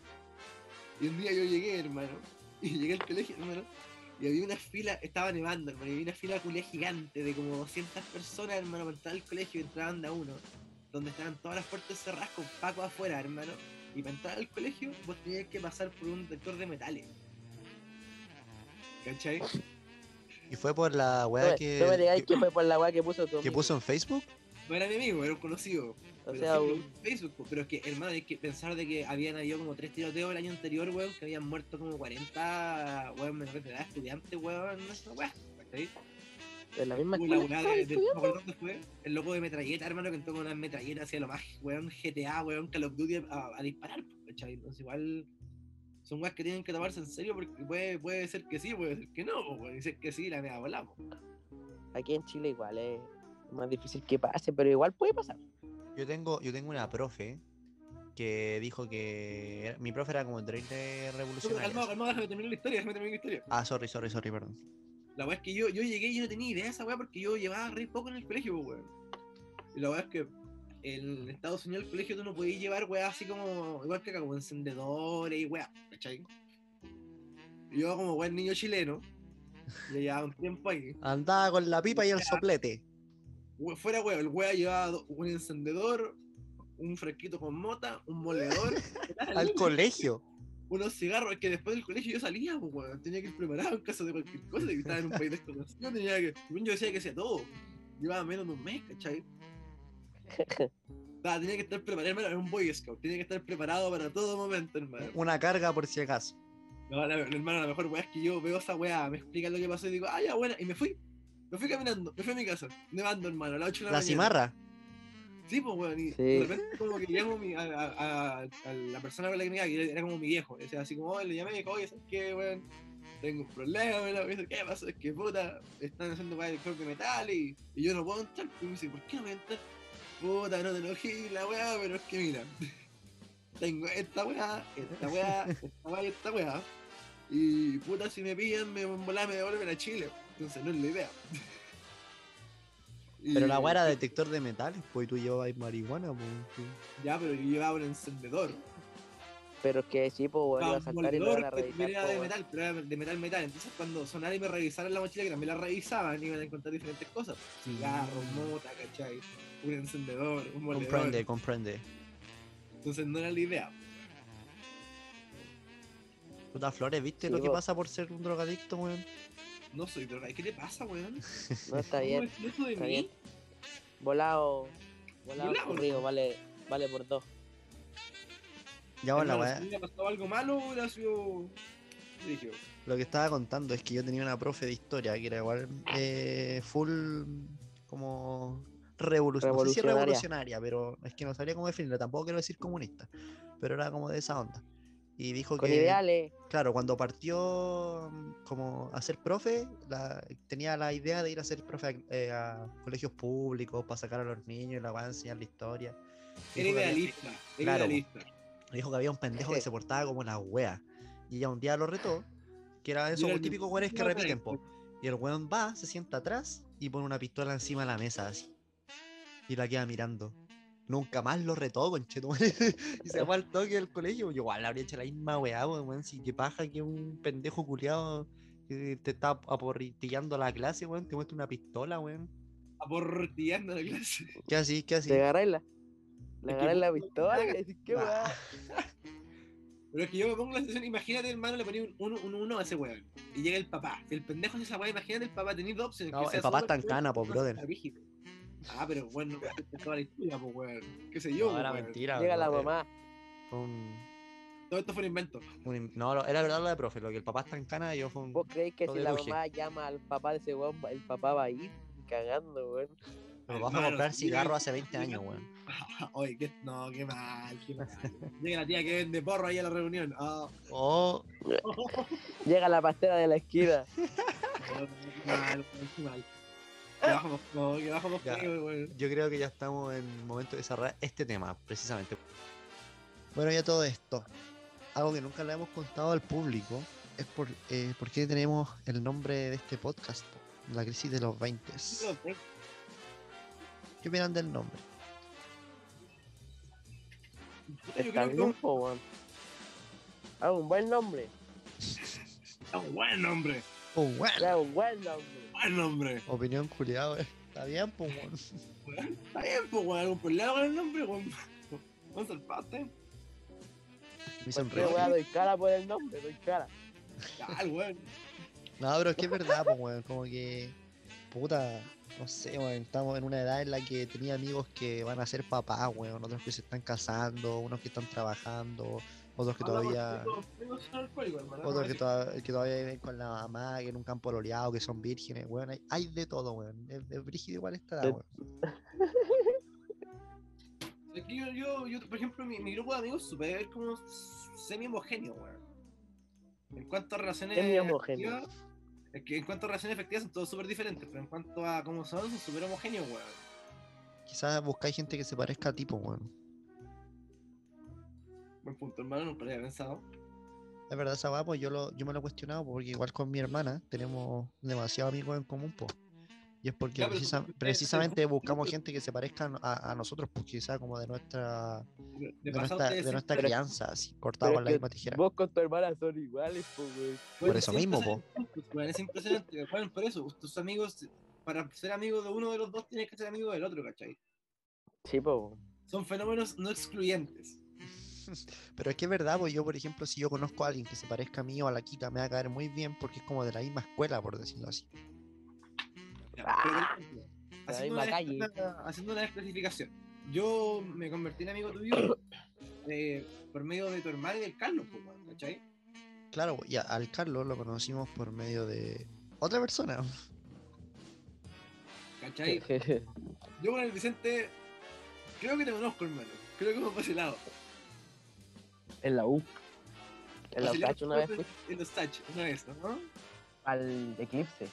Y un día yo llegué, hermano, y llegué al colegio, hermano, y había una fila, estaba nevando, hermano, y había una fila culia gigante de como doscientas personas, hermano, para entrar al colegio y entraban de a uno, donde estaban todas las puertas cerradas con Paco afuera, hermano, y para entrar al colegio vos tenías que pasar por un detector de metales. ¿Cachai? Y fue por la No weá me, que, no me digáis que, que fue por la weá que puso tu que amigo. puso en Facebook. No era mi amigo, era un conocido. O Pero sea, sí, un- por Facebook, po. Pero es que, hermano, hay que pensar de que habían habido como tres tiroteos el año anterior, weón, que habían muerto como cuarenta, weón, menores de edad, estudiantes, weón, en esa weá, ¿cachai? de la misma Hubo la escuela que weá estaban de, de- no me estudiando. acuerdo dónde fue, el loco de metralleta, hermano, que entró con una metralleta hacia lo más, weón, G T A, weón, Call of Duty a, a disparar, ¿cachai? Entonces igual son weas que tienen que tomarse en serio porque puede, puede ser que sí, puede ser que no, weón, y si es que sí, la mea volamos. Aquí en Chile igual es más difícil que pase, pero igual puede pasar. Yo tengo, yo tengo una profe que dijo que era- mi profe era como terrible No, pero revolucionaria. calmado, calmado, déjame terminar la historia, déjame terminar la historia. Ah, sorry, sorry, sorry, perdón. La weá es que yo, yo llegué y yo no tenía idea de esa weá porque yo llevaba re poco en el colegio, weón. Y la weá es que en Estados Unidos el colegio tú no podías llevar weá así como, igual que acá, como encendedores y weá, ¿cachai? Y yo como buen niño chileno, ya llevaba un tiempo ahí. Andaba con la pipa y el soplete. We- Fuera weá, el weá llevaba do- un encendedor, un fresquito con mota, un moledor, Al colegio. unos cigarros, es que después del colegio yo salía, pues, weón, tenía que ir preparado en caso de cualquier cosa, y estaba en un país desconocido, tenía que, yo decía que hacía todo, llevaba menos de un mes, ¿cachai? Estaba, tenía que estar preparado, hermano, era un Boy Scout, tenía que estar preparado para todo momento, hermano. Una carga por si acaso. No, la, hermano, la mejor weá es que yo veo esa weá, me explican lo que pasó y digo, ah, ya, buena, y me fui, me fui caminando, me fui a mi casa, nevando, hermano, a las ocho de la, La mañana. cimarra. Sí, pues, weón, y Sí. de repente como que llamo mi- a, a- a- a la persona con la que me iba, que era como mi viejo, o sea, así como, oh, le llamé y dijo, oye, ¿sabes qué, weón? Tengo un problema, weón, me dice, ¿qué pasó? Es que, puta, están haciendo weá de creo que metal y, y yo no puedo entrar, y me dice, ¿por qué no voy a entrar? Puta, no te enojes la weá, pero es que mira, tengo esta weá, esta weá, esta weá y esta weá, y puta, si me pillan, me volá, me devuelven a Chile, entonces no es la idea. Pero Y- la weá era detector de metales, pues y tú llevabas marihuana, pues. tú- Ya, pero yo llevaba un encendedor. Pero es que sí, pues, bueno, iba a Un saltar y lo moledor van a que revisar. también era po, de weón. metal, pero era de metal metal. Entonces cuando sonara y me revisaran la mochila, que también la revisaban, iban a encontrar diferentes cosas. Cigarros, mota, ¿cachai? Un encendedor, un moledor. Comprende, comprende. Entonces no era la idea. Puta Flores, ¿viste Sí, lo que po. pasa por ser un drogadicto, weón? No soy droga. ¿Qué te pasa, weón? No, está ¿Cómo bien. es eso de está mí? bien. Volado. Volado Volado, corrido, ¿no? vale, vale por dos. Ya, bueno, la Hermano, weá. si me hubiera pasado algo malo, hubiera sido rígido. Lo que estaba contando es que yo tenía una profe de historia que era igual eh, full como revolucionaria. No sé si Revolucionaria. revolucionaria, pero es que no sabría cómo definirla. Tampoco quiero decir comunista, pero era como de esa onda. Y dijo Con que, ideales. claro, cuando partió mm, como a ser profe, la- tenía la idea de ir a ser profe a, eh, a colegios públicos para sacar a los niños y la va a enseñar la historia. Era Dijo que había- idealista. Era Claro, idealista. dijo que había un pendejo que se portaba como la wea. Y ella un día lo retó, que era Yo esos era el típicos mejor weones que de la repiten, clase. po. Y el weón va, se sienta atrás y pone una pistola encima de la mesa así. Y la queda mirando. Nunca más lo retó, conchetumare. Y se fue al toque del colegio. Yo igual le habría hecho la misma weá, po, weón. Si que paja que un pendejo culiado que te está aporrillando la clase, weón, te muestra una pistola, weón. Aportillando la clase. ¿Qué así? ¿Qué así? De agarrarla. Le Es que- agarré la pistola y decís, ¿qué weá? Pero es que yo me pongo en la situación, imagínate, hermano, le ponía un uno, un uno a ese weón. Y llega el papá. Si el pendejo hace esa weá, imagínate el papá, tenéis dos opciones. No, que el sea papá solo está en weón, cana, po, o sea brother. brígido. Ah, pero bueno, no contaste toda la historia, pues weón. ¿Qué sé yo, No, pues, era weón? mentira. Llega no, la eh, mamá. Fue un, Todo esto fue un invento. un in- No, lo- era verdad lo de profe. Lo que el papá está en cana y yo fue un. ¿Vos creéis que lo si la deduje. mamá llama al papá de ese weón, el papá va a ir? Ni cagando, weón. Mi papá fue a Hermano, comprar si cigarros llega- hace veinte años, weón. Oye, qué, no, qué mal, qué mal. Llega la tía que vende porro ahí a la reunión. Ah, Oh, Llega la pastera de la esquina. oh, qué mal, qué mal. Que bajamos, no, que bajamos Ya. feo, weón. yo creo que ya estamos en el momento de cerrar este tema, precisamente. Bueno, ya todo esto. Algo que nunca le hemos contado al público es por, eh, por qué tenemos el nombre de este podcast, po, La crisis de los veinte. ¿Qué opinan del nombre? Puta, yo Está creo que bien, po, weón. Ah, un buen nombre. es un buen nombre. Oh, bueno. Era un buen nombre. Buen nombre. Opinión culiado, eh. Está bien, pues, weón. Weón, está bien, pues, weón. ¿Algún problema con el nombre, weón? Vamos al pate. Me ¿Por sonríe. qué, weón? Doy cara por el nombre, doy cara. Ya, weón. No, pero es que es verdad, pues, weón. Como que. Puta. No sé, weón. Estamos en una edad en la que tenía amigos que van a ser papás, weón. Otros que se están casando, unos que están trabajando, otros que todavía. Otros que, toda- que todavía viven con la mamá, que en un campo loreado, que son vírgenes, weón. Hay, hay de todo, weón. Es, es brígido igual esta edad, De- weón. Es que yo, yo, yo, por ejemplo, mi, mi grupo de amigos es súper como semi-homogéneo, weón. En cuanto a relaciones Semi-homogéneo. efectivas, es que en cuanto a relaciones efectivas son todos súper diferentes, pero en cuanto a cómo son, son súper homogéneos, weón. Quizás buscáis gente que se parezca a tipo, weón. Buen punto, hermano, nunca lo había pensado. Es verdad, esa weá, pues yo, lo, yo me lo he cuestionado porque igual con mi hermana tenemos demasiados amigos en común, pues. Y es porque Ya, pero precisa- tú- tú- precisamente tú- buscamos tú- gente que se parezca a, a nosotros, pues quizás como de nuestra De, de pasado nuestra, ustedes de nuestra Pero- crianza, así, cortado Pero con es la que misma tijera. vos con tu hermana son iguales, po, weón. Por eso siempre mismo, salen po. juntos, weón, es impresionante. Bueno, por eso, tus amigos, para ser amigo de uno de los dos, tienes que ser amigo del otro, ¿cachai? Sí, po. Son fenómenos no excluyentes. Pero es que es verdad, pues yo, por ejemplo, si yo conozco a alguien que se parezca a mí o a la Kika, me va a caer muy bien porque es como de la misma escuela, por decirlo así. Ya, Ah, pero, por ejemplo, la haciendo, misma una, calle. una- haciendo una desclasificación, yo me convertí en amigo tuyo eh, por medio de tu hermano y del Carlos, pues, weón, ¿cachai? Claro, y a- al Carlos lo conocimos por medio de otra persona. ¿Cachai? Yo con el Vicente, creo que te conozco, hermano. Creo que hemos vacilado. En la U. En la U Vacilamos una vez fui En los Touch, una vez, ¿no? al Eclipse.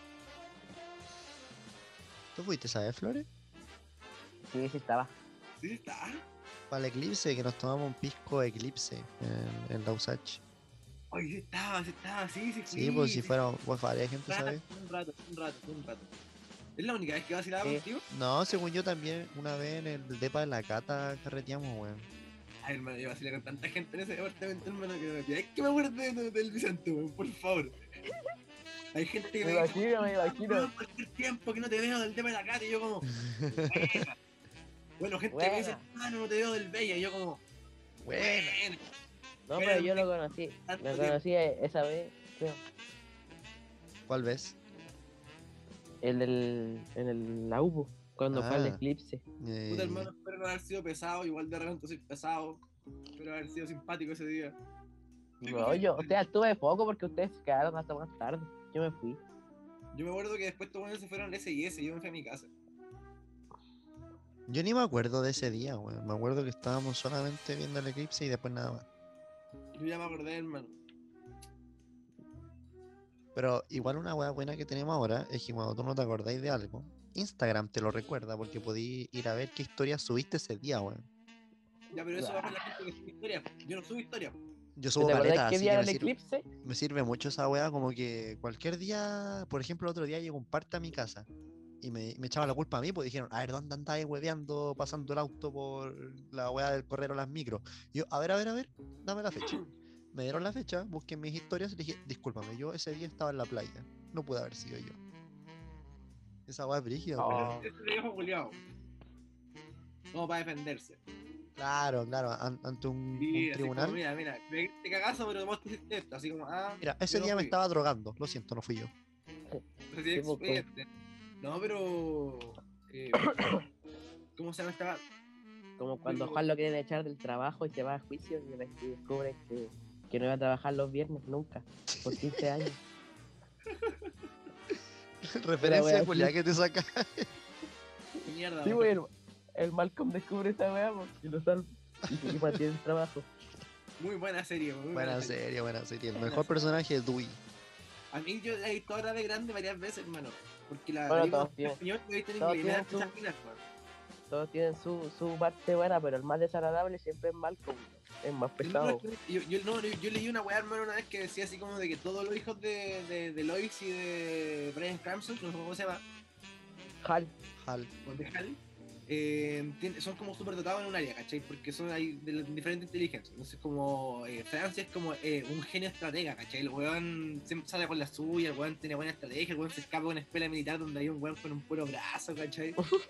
¿Tú fuiste, sabes, Flores? Sí, sí estaba. Sí, está. Para el eclipse, que nos tomamos un pisco eclipse en, en la U S A C H. Oye, sí estaba, sí estaba, sí, sí, Sí, pues si fueron, pues varias gente, Un rato, ¿sabes? un rato, un rato, un rato. ¿Es la única vez que vacilaba Sí. contigo? No, según yo también, una vez en el depa de la Cata carreteamos, weón. Ay, hermano, yo vacilé con tanta gente en ese departamento, hermano, que me pidáis que me acuerde de- del Vicente, weón, por favor. Hay gente que Me me dice, imagino, me imagino. "Weón, cualquier tiempo que no te veo del tema de la cara", y yo como, "Buena". Bueno, gente que me dice, Buena. ah, no, no te veo del Bella, y yo como, Buena. "Buena". No, Pero pero yo me- lo conocí. tanto Lo tiempo. conocí esa vez, creo. ¿Cuál ves? En el, en el la U, po, cuando fue al Ah. Eclipse. Eh, Puta, hermano, espero no haber sido pesado, igual de repente soy pesado. Espero haber sido simpático ese día. Sí, No, pues, yo, o sea, estuve poco porque ustedes se quedaron hasta más tarde. Yo me fui. Yo me acuerdo que después estos buenos se fueron al S y S y yo me fui a mi casa. Yo ni me acuerdo de ese día, weón. Me acuerdo que estábamos solamente viendo el eclipse y después nada más. Yo ya me acordé, hermano. Pero igual una weá buena que tenemos ahora es que cuando tú no te acordáis de algo, Instagram te lo recuerda porque podí ir a ver qué historia subiste ese día, weón. Ya, pero eso va para la gente que sube historia. Yo no subo historia. Yo ¿Te subo acordás caleta, qué así día que era me el sirve, Eclipse? me sirve mucho esa weá, como que cualquier día, por ejemplo, el otro día llegó un parte a mi casa y me, me echaban la culpa a mí, pues dijeron, a ver, ¿dónde andáis hueveando, pasando el auto por la weá del correo las micros? Y yo, a ver, a ver, a ver, dame la fecha. Me dieron la fecha, busqué mis historias y le dije, discúlpame, yo ese día estaba en la playa, no pude haber sido yo. Esa weá es brígida, Oh. weón. Este viejo culiao. Como para defenderse. Claro, claro, an- ante un, Sí, un así como, tribunal. mira, mira, me te cagazo, pero vos te hiciste esto. Así como, ah, Mira, yo ese no día me fui. estaba drogando, lo siento, no fui yo. Así Sí, po, como- expediente. No, pero. eh, ¿Cómo se llama esta? Como cuando Pero- Juan lo quieren echar del trabajo y se va a juicio y de- y descubre que, que no iba a trabajar los viernes nunca, por quince años. Referencia wea culiá así. que te saca. ¿Qué mierda? Sí, weón? güey, el, el Malcolm descubre esa weá po, y lo salva. Y, y mantiene el trabajo. Muy buena serie, muy buena, Buena serie. serie, buena serie. El Buena mejor serie. personaje es Dewey. A mí yo la he visto ahora de grande varias veces, hermano. Porque la, Bueno, la vimos todos en tienen- español, la he visto en todos inglés. y Me da tienen mucha su- pena, weón. Todos tienen su, su parte buena, pero el más desagradable siempre es Malcolm. Es más Hermano, pesado. es que yo, yo, no, yo, yo leí una weá, hermano, una vez que decía así como de que todos los hijos de, de, de Lois y de Brian Cranston, no sé cómo se llama, Hal. Hal. o de Hal, eh, tien- son como súper dotados en un área, ¿cachai? Porque son hay de la- diferentes inteligencias. Entonces, como eh, Francia es como eh, un genio estratega, ¿cachai? El weón siempre sale con la suya, el weón tiene buena estrategia, el weón se escapa de una escuela militar donde hay un weón con un puro brazo, ¿cachai?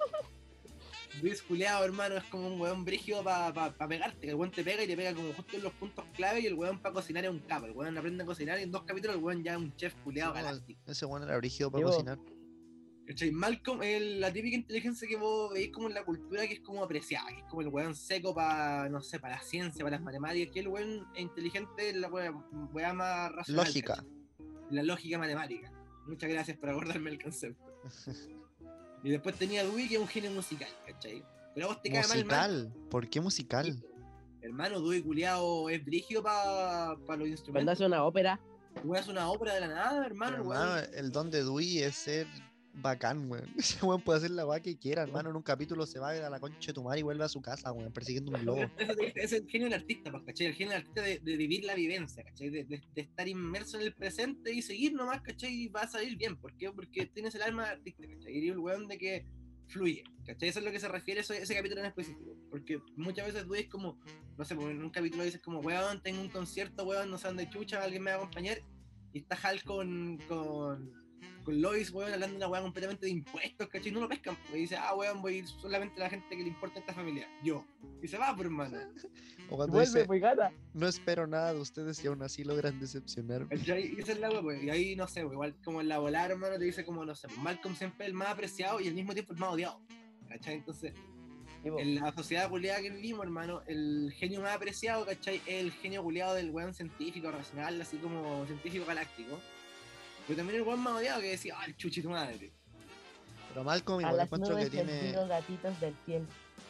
Luis culeado, hermano, es como un weón brígido para pa, pa pegarte. El weón te pega y te pega como justo en los puntos clave. Y el weón para cocinar es un capo. El weón aprende a cocinar y en dos capítulos el weón ya es un chef culeado Sí, galáctico. ese bueno era brígido para Digo, cocinar. ¿Cachai? Malcolm es la típica inteligencia que vos veis como en la cultura que es como apreciada. Que es como el weón seco para, no sé, para la ciencia, para las matemáticas. Que el weón es inteligente es la weá, weá más racional. Lógica. ¿cachai? La lógica matemática. Muchas gracias por acordarme el concepto. Y después tenía a Dewey, que es un genio musical, ¿cachai? Pero a vos te cae mal Malcolm. Musical. ¿Por qué musical? Hermano, Dewey culiao es brígido para pa los Cuando instrumentos. hace una ópera, El weón hace una ópera de la nada, hermano. Pero, el weón- hermano, el don de Dewey es ser bacán, weón. Ese weón puede hacer la weá que quiera, hermano. En un capítulo se va a la concha de tu madre y vuelve a su casa, weón, persiguiendo un globo. Ese es, es el genio del artista, pues, ¿cachai? El genio del artista de, de vivir la vivencia, ¿cachai? De, de- de estar inmerso en el presente y seguir nomás, ¿cachai? Y va a salir bien. ¿Por qué? Porque tienes el alma de artista, ¿cachai? Y el weón de que fluye, ¿cachai? Eso es lo que se refiere ese, ese capítulo en específico. Porque muchas veces tú es como, no sé, pues, en un capítulo dices como, weón, tengo un concierto, weón, no sé dónde chucha, alguien me va a acompañar. Y está Hal con, con, con Lois, weón, hablando de una weá completamente de impuestos, ¿cachai? No lo pescan, pues, y dice, ah, weón, voy a ir solamente a la gente que le importa a esta familia. Yo. Y se va, por hermano. O y cuando vuelve, dice, pues gana. no espero nada de ustedes y aún así logran decepcionarme. ¿Cachai? Y esa es la weá, pues. Y ahí, no sé, pues, igual como en la volar, hermano, te dice como, no sé, Malcolm siempre es el más apreciado y al mismo tiempo el más odiado. ¿Cachai? Entonces, Sí, po. en la sociedad culiada que vivimos, hermano, el genio más apreciado, ¿cachai? Es el genio culiado del weón científico, racional, así como científico galáctico. Pero también el weón más odiado que decía, ah, el chuchi tu madre. Pero Malcolm A igual las encuentro que nubes les tiene. digo gatitos del cielo.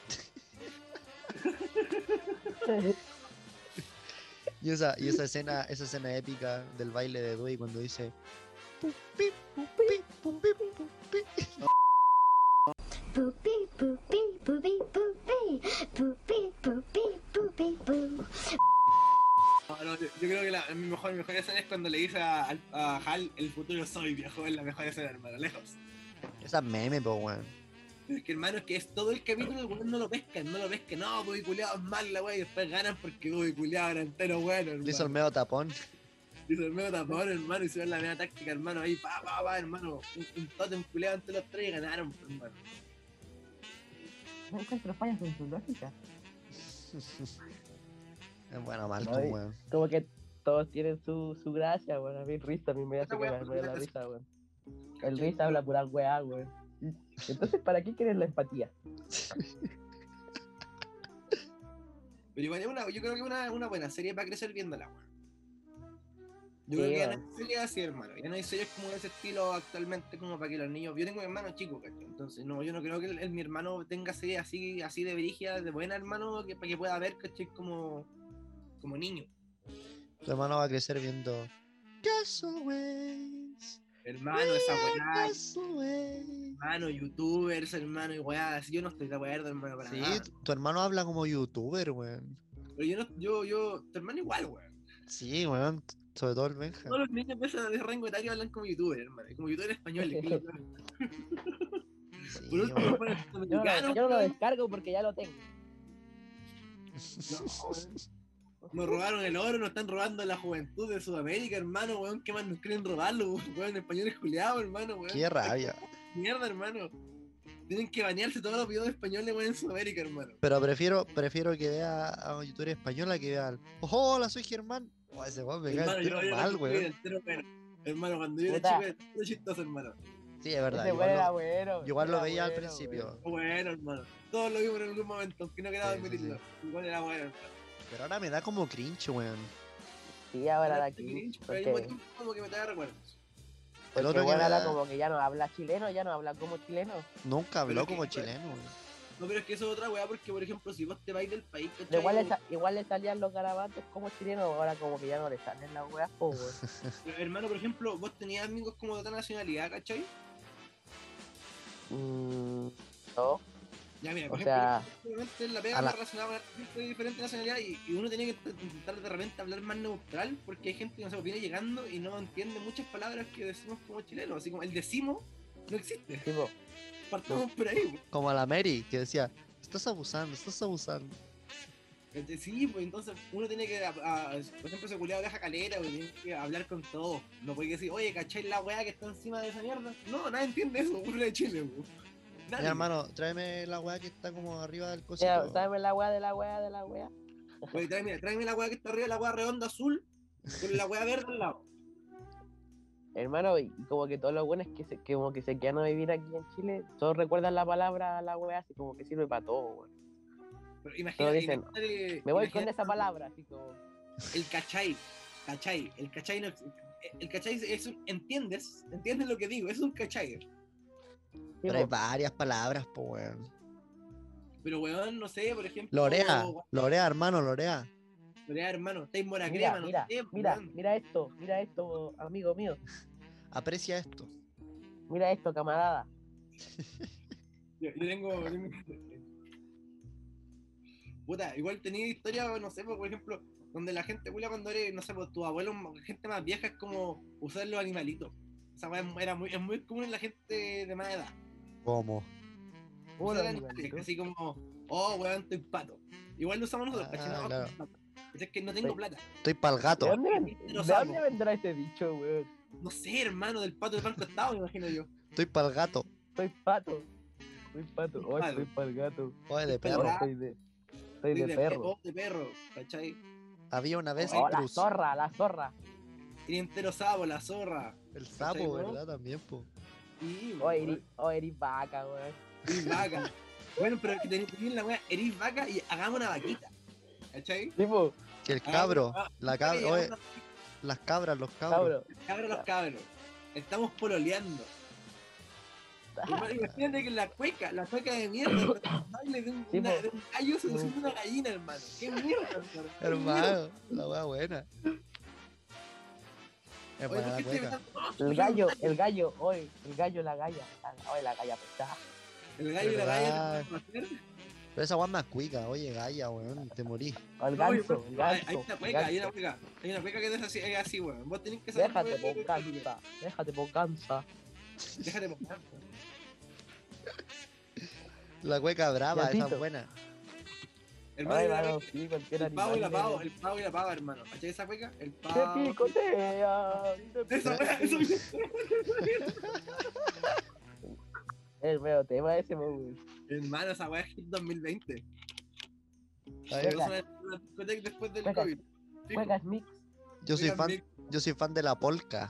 Y esa, y esa escena, esa escena épica del baile de Dewey cuando dice "Pupi, pupi, pupi, pupi". Pupi, pupi, pupi, pupi, pupi, pupi, pupi, pu. No, no, yo creo que la, mi, mejor, mi mejor escena es cuando le dice a, a Hal, el futuro soy viejo, es la mejor escena, hermano, lejos. Esa meme, po, weón. Es que hermano, es que es todo el capítulo, el weón no lo pescan, no lo pescan, no, Bobby culiado es mal la weá, y después ganan porque Bobby culiado era entero bueno, hermano. Le hizo el medio tapón. Hizo el medio tapón, hermano, y se ve la media táctica, hermano, ahí, pa, pa, pa, hermano, un, un totem culiado entre los tres y ganaron, hermano. No encuentro fallas en su lógica. Es bueno, Malcolm, Ay. weón. Como que todos tienen su, su gracia, weón. A mí risa, a mí me hace Esa weá cagarme porque de la la- risa, weón. El ¿Cachai? risa habla pura weá, weón. Entonces, ¿para qué quieres la empatía? Pero igual es una, yo creo que es una, una buena serie para crecer viéndola, weón. Yo Sí, creo que ya no weón. hay series así, hermano. Ya no hay series como de ese estilo actualmente como para que los niños. Yo tengo un hermano chico, ¿cachai? Entonces, no, yo no creo que el, el- mi hermano tenga series así, así de brígida, de buena, hermano, que, para que pueda ver, ¿cachai? Como, como niño. Tu hermano va a crecer viendo Castaways. Hermano, esa weá, Castaways. hermano, youtubers, hermano, y weá, así yo no estoy de acuerdo, hermano, para Sí, nada. tu, tu hermano habla como youtuber, weón. Pero yo no, yo, yo, tu hermano igual, weón. Sí, weón. Sobre todo el Benja. Todos los niños de ese de rango etario hablan como youtuber, hermano, como youtuber español. que es lo peor. Sí, Por último, weón. ponen Yo no, dominicano, yo no lo weón. descargo porque ya lo tengo. No, weón. Nos robaron el oro, nos están robando la juventud de Sudamérica, hermano, weón. ¿Qué más nos quieren robarlo, weón? Españoles juliados, hermano, weón. Qué rabia. Mierda, hermano. Tienen que banearse todos los videos españoles, weón, en Sudamérica, hermano. Pero prefiero, prefiero que vea a un youtuber española que vea al. ¡Oh, hola, soy Germán! Oh, ese weón me cae Hermano, yo, entero yo mal, lo weón. entero, bueno. Hermano, cuando yo era Puta. chico era entero chistoso, hermano. Sí, es verdad. Ese Igual weón era lo, bueno. igual lo era veía al bueno, principio. Bueno, hermano. Todos lo vimos en algún momento, aunque no queraba Sí, sí, admitirlo. Igual era bueno, hermano. Pero ahora me da como cringe, weón. weón. Sí, ahora Era la muy aquí. cringe, pero al mismo Porque, tiempo como que me trae recuerdos. El porque otro que bueno, me ahora da. como que ya no habla chileno, ya no habla como chileno. Nunca habló Pero como que- chileno, weón. No, pero es que eso es otra weá, porque por ejemplo, si vos te vais del país, Pero ¿cachai? igual, le, sa- igual le salían los garabatos como chilenos, ahora como que ya no le salen las weas, po, weón. Pero, hermano, por ejemplo, vos tenías amigos como de otra nacionalidad, ¿cachai? Mm, no, Ya, mira, o por sea, ejemplo, obviamente en la pega a la- me relacionaba con gente de diferente nacionalidad y, y uno tenía que intentar de repente hablar más neutral porque hay gente que no se viene llegando y no entiende muchas palabras que decimos como chilenos, así como el decimo no existe. tipo, Partamos por ahí, po. Como a la Mary, que decía, estás abusando, estás abusando. Este, Sí, pues entonces uno tiene que, a- a- por ejemplo, ese culiado viaja calera, pues, tiene que hablar con todos. No puede decir, oye, ¿cachai la weá que está encima de esa mierda? No, nadie entiende eso, uno de Chile, pues. Nadie. Mira, hermano, tráeme la weá que está como arriba del mira, cosito. ¿sabes la wea de la wea de la wea? Oye, tráeme, tráeme la weá que está arriba, la weá redonda azul, con la weá verde al lado. Hermano, y como que todos los buenos que se, que como que se quedan a vivir aquí en Chile, todos recuerdan la palabra la wea, así como que sirve para todo, weón. Pero imagina, Todos dicen, imagínate- me voy imagínate con esa palabra, así como. El cachai, cachai, el cachai no, el cachai es un, ¿entiendes? ¿Entiendes lo que digo? Es un cachai. Sí, Pero hay po. varias palabras, po, weón. Pero weón, no sé, por ejemplo. Lorea, Lorea, hermano, Lorea. Lorea, hermano, estáis mora Mira, crema, no mira, sé, mira, weón. mira esto, mira esto, amigo mío, Aprecia esto. mira esto, camarada. Yo, yo tengo. tengo- Puta, igual tenía historia, no sé, por ejemplo, donde la gente, culia, cuando eres, no sé, pues tu abuelo, gente más vieja, es como usar los animalitos. Esa weá era muy, es muy común en la gente de más edad. ¿Cómo? Uno, Usar animalito. animales, así como, oh, weón, estoy pato. Igual lo usamos nosotros, Ah, ¿cachai? No, claro. estoy pato. Es que no tengo Sí. plata. Estoy pa'l ¿De gato. dónde, ven- Lo ¿de saco. dónde vendrá ese dicho, weón? No sé, hermano, del pato del banco estado, me imagino yo. Estoy pa'l gato. Soy pato. Soy pato. Soy Hoy pato. soy pa'l gato. Oye, de Estoy perro. pa'l Soy de, soy Soy de perro. oh, de perro, ¿cachai? Había una vez Oh, la Cruz. zorra, la zorra. Y entero sabo, la zorra. El sapo, ¿Cachai, no? ¿verdad? También, po. Sí, Oh, weón. eres, oh, eres vaca, weón. Eres vaca. Bueno, pero que tenéis tenéis la weá, eres vaca y hagamos una vaquita. ¿Cachai? Tipo, Que el Hagamos cabro, una- la y cabra, hagamos oye, una- las cabras, los cabros. cabrón. Cabros los cabros. Estamos pololeando. Hermano, imagínate que la cueca, la cueca de mierda, el baile de un, Sí, una- po. de un gallo seduciendo una gallina, hermano. ¡Qué mierda, hermano! ¡Qué mierda! Hermano, la wea buena. Es Oye, buena ¿por la qué estoy cueca. pensando? El gallo, el gallo, hoy, el gallo, la galla. Oye, la galla pesada. El gallo y la ¿Verdad? galla. ¿qué vamos a hacer? Pero esa wea es más cuica, oye, galla, weón, te morí. O el No, oye, ganso, el hay, ganso. hay una el cueca, hay una ganso. cueca. Hay una cueca que es así, es así, weón. Vos tenés que saber. Déjate mover- por cansa, déjate por cansa. Déjate por cansa. La cueca brava, esa Gatito. es buena. Hermano, Ay, y la mano, cueca, sí, cualquier el pavo y la animal. pavo, de- el pavo y la pava, hermano. ¿Cachai esa cueca? El Te pavo. picotea. te Esa picotea. weá, eso El feo tema ese, po, weón. Hermano, esa weá es hit dos mil veinte. Ay, Llegó Cueca. a sonar en la discoteca después del Cueca. COVID. Sí, Juegas mix. Yo soy Oigan, fan, Vic, yo soy fan de la polka.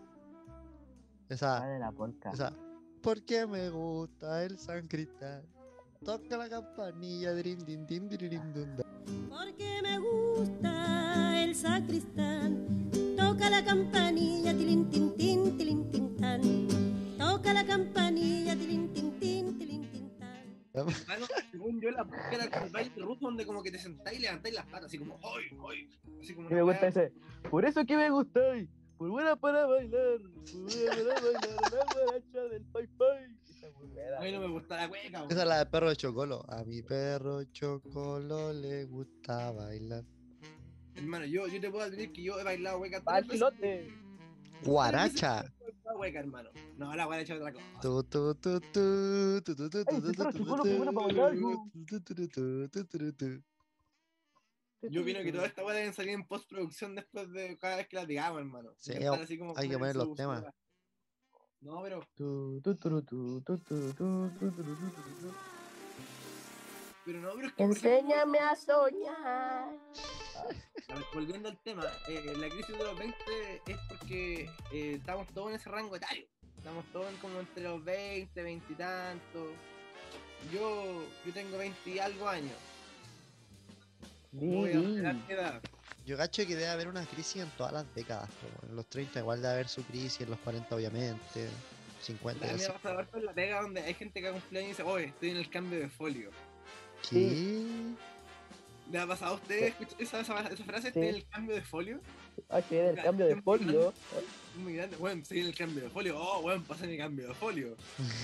Esa, Ah, de la polka. esa. Porque me gusta el sancristán. Toca la campanilla, dirin, din, din, diririn, dun, da. Porque me gusta el sacristán, toca la campanilla, tilín, tin, tin, tilín, tin, tan. Toca la campanilla, tilín, tin, tin, tilín, tin, tan. hermano, según yo, la polka era como el baile ruso donde como que te sentáis y levantáis las patas, así como, ¡ay, ay! Así como Y me una gusta weá. ese. Por eso que me gustáis. Por buena para bailar. Por buena para bailar. La guaracha del pai pai. Esa es muy buena. A mí no me gusta la cueca, weón. Esa es la de perro de Chocolo. A mi perro Chocolo le gusta bailar. Hermano, yo, yo te puedo admitir que yo he bailado hueca ¡Al tres veces. chilote! Guaracha. He bailado hueca, hermano. No, la guaracha es otra cosa. Tu, tu, tu, tu, tu, tu, tu, Ay, tu, ese perro tu, Chocolo, tu, qué bueno para bailar, tu, hijo. tu, tu, tu, tu, tu, tu, tu. Yo opino que toda esta weá deben salir en postproducción después de cada vez que la digamos, hermano. Sí, Estar así como hay que con poner su- los su temas. weá. No, pero, Tu, tu, tu, tu, tu, tu, tu, tu, tu, tu, tu, tu. pero no, pero es que. Enséñame a soñar. A ver, volviendo al tema, eh, la crisis de los veinte es porque eh, estamos todos en ese rango etario. Estamos todos en como entre los veinte, veinte y tantos. Yo, yo tengo veinte y algo años. Di, Voy a di. esperar mi edad. Yo cacho que debe haber una crisis en todas las décadas, po, weón. En los treinta igual debe haber su crisis, en los cuarenta obviamente, cincuenta y La mía así. pasa harto en la pega donde hay gente que ha cumpleaños y dice, oye, estoy en el cambio de folio. ¿Qué? ¿Le ha pasado a ustedes escuchar esa, esa, esa frase? Estoy en el cambio de folio. Ah, que era el cambio de folio. Es muy grande. Bueno, estoy en el cambio de folio. Oh, bueno, pasa en el cambio de folio.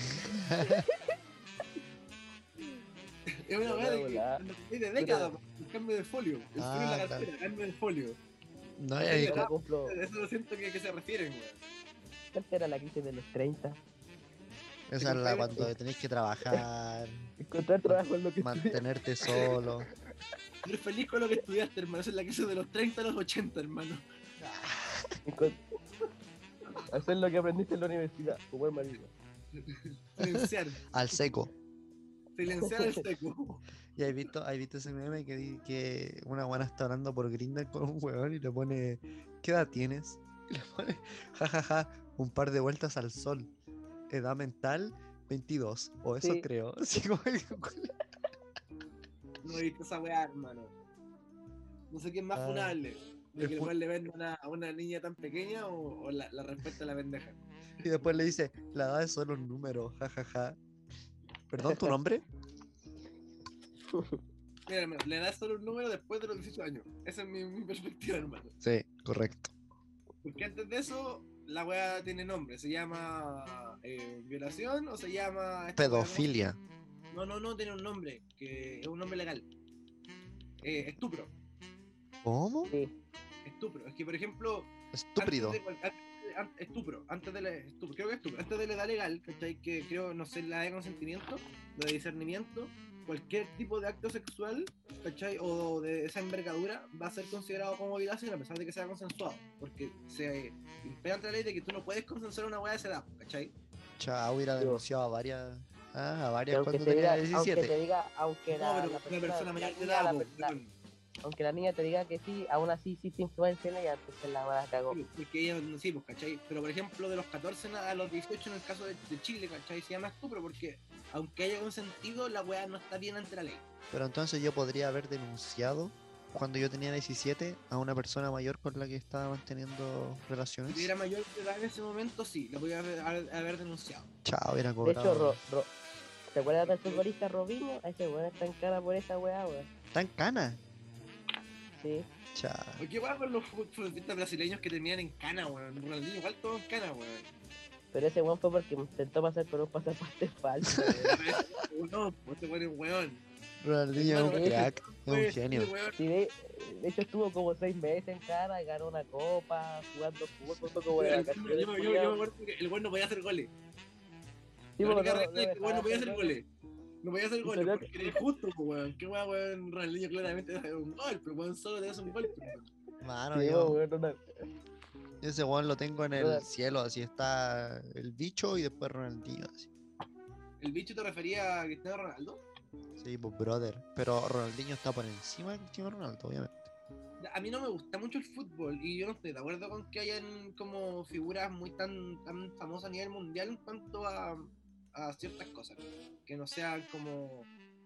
Es una weá de, Hola. que- de décadas, el cambio de folio. El Ah, folio en la claro. cartera, cambio de folio. No, Sí, y- Yo ¿verdad? cumplo. Eso lo siento que, que se refieren, weón. ¿Cuál era la crisis de los treinta? esa es la cuando tenéis que trabajar, Encontrar trabajo en lo que estudié. mantenerte solo. Ser feliz con lo que estudiaste, hermano. Esa es la crisis de los treinta a los ochenta, hermano. Encont- Hacer lo que aprendiste en la universidad, como el marido. Silenciar. Al seco. Silenciar el seco. ¿Y has visto, has visto ese meme que, di- que una buena está hablando por Grindr con un huevón y le pone, ¿qué edad tienes? Y le pone, jajaja, un par de vueltas al sol. Edad mental, veintidós. O eso Sí. creo. Así como el- No he visto esa weá, hermano. No sé quién más Ah, funable. De el que el fu- weón le vende una, a una niña tan pequeña o, o la, la respuesta a la pendeja. Y después le dice, la edad es solo un número, jajaja. ¿Perdón, tu nombre? Mira, hermano, le das solo un número después de los dieciocho años. Esa es mi, mi perspectiva, hermano. Sí, correcto. Porque antes de eso, la weá tiene nombre. Se llama eh, violación o se llama. esta weá, ¿cómo? Pedofilia. No, no, no, tiene un nombre. Que es un nombre legal. Eh, estupro. ¿Cómo? Sí. Estupro. Es que, por ejemplo. Estúpido. Antes de, cual- antes de- an- estupro, antes de la, estupro, creo que estupro, antes de la edad legal, ¿cachai? Que creo, no sé, la edad de consentimiento, la de discernimiento, cualquier tipo de acto sexual, ¿cachai? O de esa envergadura va a ser considerado como violación a pesar de que sea consensuado, porque se impera ante la ley de que tú no puedes consensuar una weá de esa edad, ¿cachai? Chao, hubiera Yo. denunciado a varias. Ah, a Que varias aunque cuando te tenía diga, aunque te diecisiete. diga, aunque No, la, pero la una persona la mayor de niña, edad, la po, per- la- weón. aunque la niña te diga que sí, aún así sí te influencia en ella, entonces la weá cagó. Porque ella, no sí, pues, ¿cachai? Pero por ejemplo, de los catorce a los dieciocho en el caso de, de Chile, ¿cachai? Se llama estupro porque aunque haya consentido, la weá no está bien ante la ley. Pero entonces yo podría haber denunciado cuando yo tenía diecisiete a una persona mayor con la que estaba manteniendo Si relaciones. era mayor de edad en ese momento, sí, lo podía haber, haber- haber denunciado. Chao, era De cobrado. hecho, Ro, Ro- ¿te acuerdas del futbolista Robinho? A ese weón está en cara por esa weá, weón. ¿Está en cana? Sí. Chao. Oye, ¿qué pasa con los futbolistas brasileños que terminan en cana, weón? Ronaldinho igual todo en cana, weón. Pero ese weón fue porque intentó pasar con un pasaporte falso, weón. No, pues este weón es weón. Ronaldinho es un Hermano, crack, es un Pues, genio. sí, weón. Sí, de, de hecho estuvo como seis meses en cara y ganó una copa, jugando fútbol, fue como de Yo, vacaciones. yo- yo- yo me acuerdo que el weón no podía hacer goles. Sí, La pues, única no- regla no es que el weón no dejaba podía hacer hacer goles. No podía hacer Y goles salió- porque era injusto, pues, weón. Qué weón, weón. Ronaldinho claramente hace un gol, pero weón solo te hace un gol. pues, weón. Mano, Sí, yo, weón, no- ese weón lo tengo en el Ronald- cielo, así está el bicho y después Ronaldinho. Así. ¿El bicho te refería a Cristiano Ronaldo? Sí, pues brother. Pero Ronaldinho está por encima de Cristiano Ronaldo, obviamente. A mí no me gusta mucho el fútbol y yo no estoy de acuerdo con que hayan como figuras muy tan, tan famosas a nivel mundial en cuanto a, a ciertas cosas. Que no sean como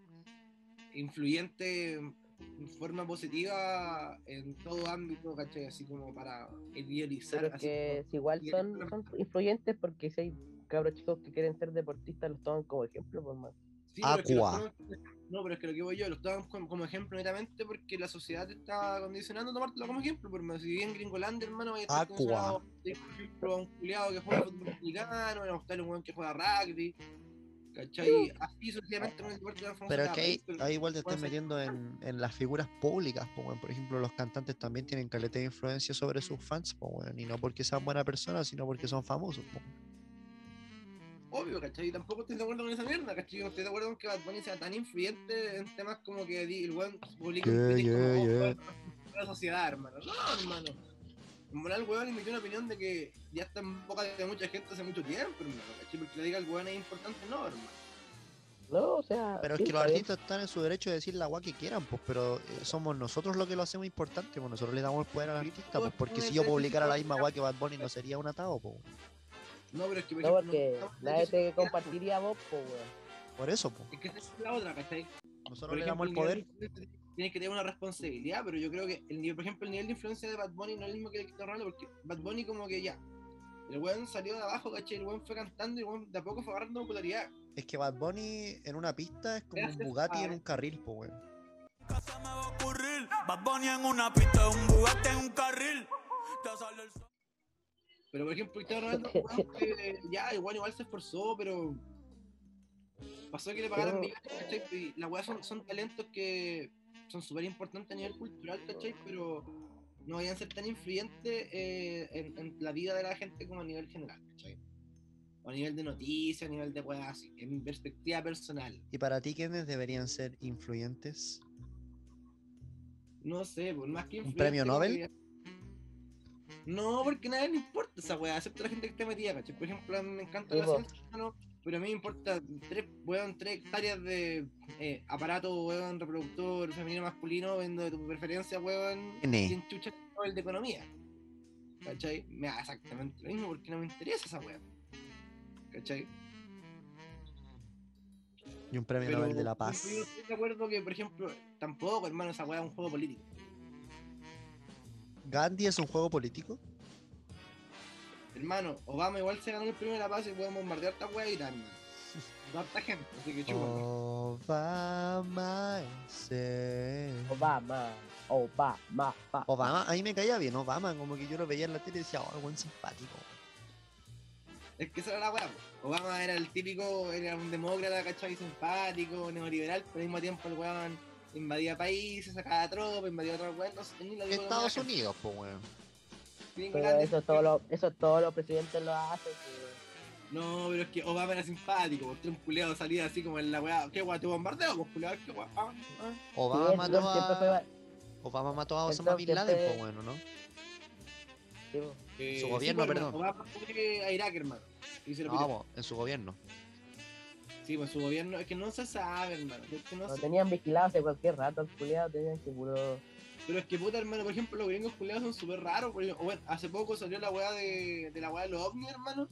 influyentes en forma positiva en todo ámbito, ¿cachai? Así como para idealizar. Pero es así que como- si igual son, son influyentes porque si hay cabros chicos que quieren ser deportistas los toman como ejemplo, por más. Sí, pero es que los Aqua. toman- no, pero es que lo que voy yo, los toman como, como ejemplo netamente porque la sociedad te está condicionando a tomártelo como ejemplo. Por más, si viví en Gringolandia, hermano, vaya a estar Aqua. condicionado, por ejemplo, a un culiado que juega fútbol americano, a gustarle un weón que juega rugby, ¿cachai? Así sucesivamente con el deporte tan famoso Pero que es que ahí, pero- ahí igual te estás puede ser- metiendo en, en las figuras públicas, po, weón. Por ejemplo, los cantantes también tienen caleta de influencia sobre sus fans, po, weón. Y no porque sean buenas personas, sino porque son famosos, po. Obvio, ¿cachai? Y tampoco estoy de acuerdo con esa mierda, ¿cachai? Yo no estoy de acuerdo con que Bad Bunny sea tan influyente en temas como que di- el weón publica un Yeah, tweet y yeah, como, oh, yeah. weón, la sociedad, hermano. No, hermano. En volar el weón emitió una opinión de que ya está en boca de mucha gente hace mucho tiempo, hermano, ¿cachai? Porque le diga el weón es importante, no, hermano. No, o sea. Pero es sí, que los está bien. artistas están en su derecho de decir la agua que quieran, pues, pero eh, somos nosotros los que lo hacemos importante, pues nosotros le damos el poder al artista, pues, porque si yo publicara la misma agua que Bad Bunny no sería un atado, pues. No, pero es que por No, ejemplo, porque estamos en nadie derecho te de confiar, compartiría vos, po, weón. Por eso, pues. Es que esa es la otra, ¿cachai? Nosotros Por le ejemplo, damos el nivel poder. de influencia tiene que tener una responsabilidad, pero yo creo que, el nivel, por ejemplo, el nivel de influencia de Bad Bunny no es el mismo que el que está Ronaldo, porque Bad Bunny como que ya, el weón salió de abajo, ¿cachai? El weón fue cantando y el weón de a poco fue agarrando popularidad. Es que Bad Bunny en una pista es como un Gracias Bugatti a- en un carril, pues, weón. Casa me va a ocurrir. Bad Bunny en una pista, un Bugatti en un carril. Te sale el sol. Pero por ejemplo, Cristiano Ronaldo, weón, que ya, igual, igual se esforzó, pero pasó que le pagaran Pero- millones, ¿cachai? Y las weas son, son talentos que son súper importantes a nivel cultural, ¿cachai? Pero no vayan a ser tan influyentes eh, en, en la vida de la gente como a nivel general, ¿cachai? O a nivel de noticias, a nivel de weas así, en mi perspectiva personal. ¿Y para ti quiénes deberían ser influyentes? No sé, por más que ¿Un influyente, premio como Nobel? que- No, porque a nadie le importa esa wea, excepto la gente que esté metida, ¿cachai? Por ejemplo, a mí me encanta Sí, la po. ciencia, ¿no? Pero a mí me importa tres, weón, tres hectáreas de eh, aparato, weón, reproductor femenino masculino, vendo de tu preferencia, weón, N. sin chucha el Nobel de economía. ¿Cachai? Me da exactamente lo mismo porque no me interesa esa wea. ¿Cachai? Y un premio Pero Nobel de la yo- Paz. yo estoy de acuerdo que, por ejemplo, tampoco, hermano, esa wea es un juego político. ¿Gandhi es un juego político? Hermano, Obama igual se ganó el premio de la paz y puede bombardear esta wea y tal, hermano. No harta gente, así que chupa. Oh. Obama ese. Obama, Obama, pa. Obama, a mí me caía bien Obama, como que yo lo veía en la tele y decía, oh, buen simpático. Es que esa era la weá, po. Obama era el típico, era un demócrata, ¿cachai? Simpático, neoliberal, pero al mismo tiempo el weón invadía países, sacaba tropas, invadía otros weón, no sé, ni la digo Estados como la Unidos, pues, weón. gente. Bien Pero grande. eso todos los, eso todos los presidentes lo hacen, que- No, pero es que Obama era simpático, porque un culeado salía así como en la weá, ¿qué weá te bombardeo? Pues culeado, ¿qué weá? Ah, ah. Obama Sí, mató Trump siempre fue a... va- Obama mató a el Osama Trump Bin Laden, siempre- pues, bueno, ¿no? sí, po. Eh, Su sí, gobierno, pues, perdón. hermano, Obama fue a Irak, hermano. Y se lo No, pilló. vamos, en su gobierno. Sí, pues su gobierno, es que no se sabe, hermano. Es que no Lo se- tenían vigilado hace cualquier rato, el culiado tenían que puro. Pero es que puta, hermano, por ejemplo, los gringos culeados son súper raros. Por ejemplo, bueno, hace poco salió la weá de, de la weá de los ovnis, hermano.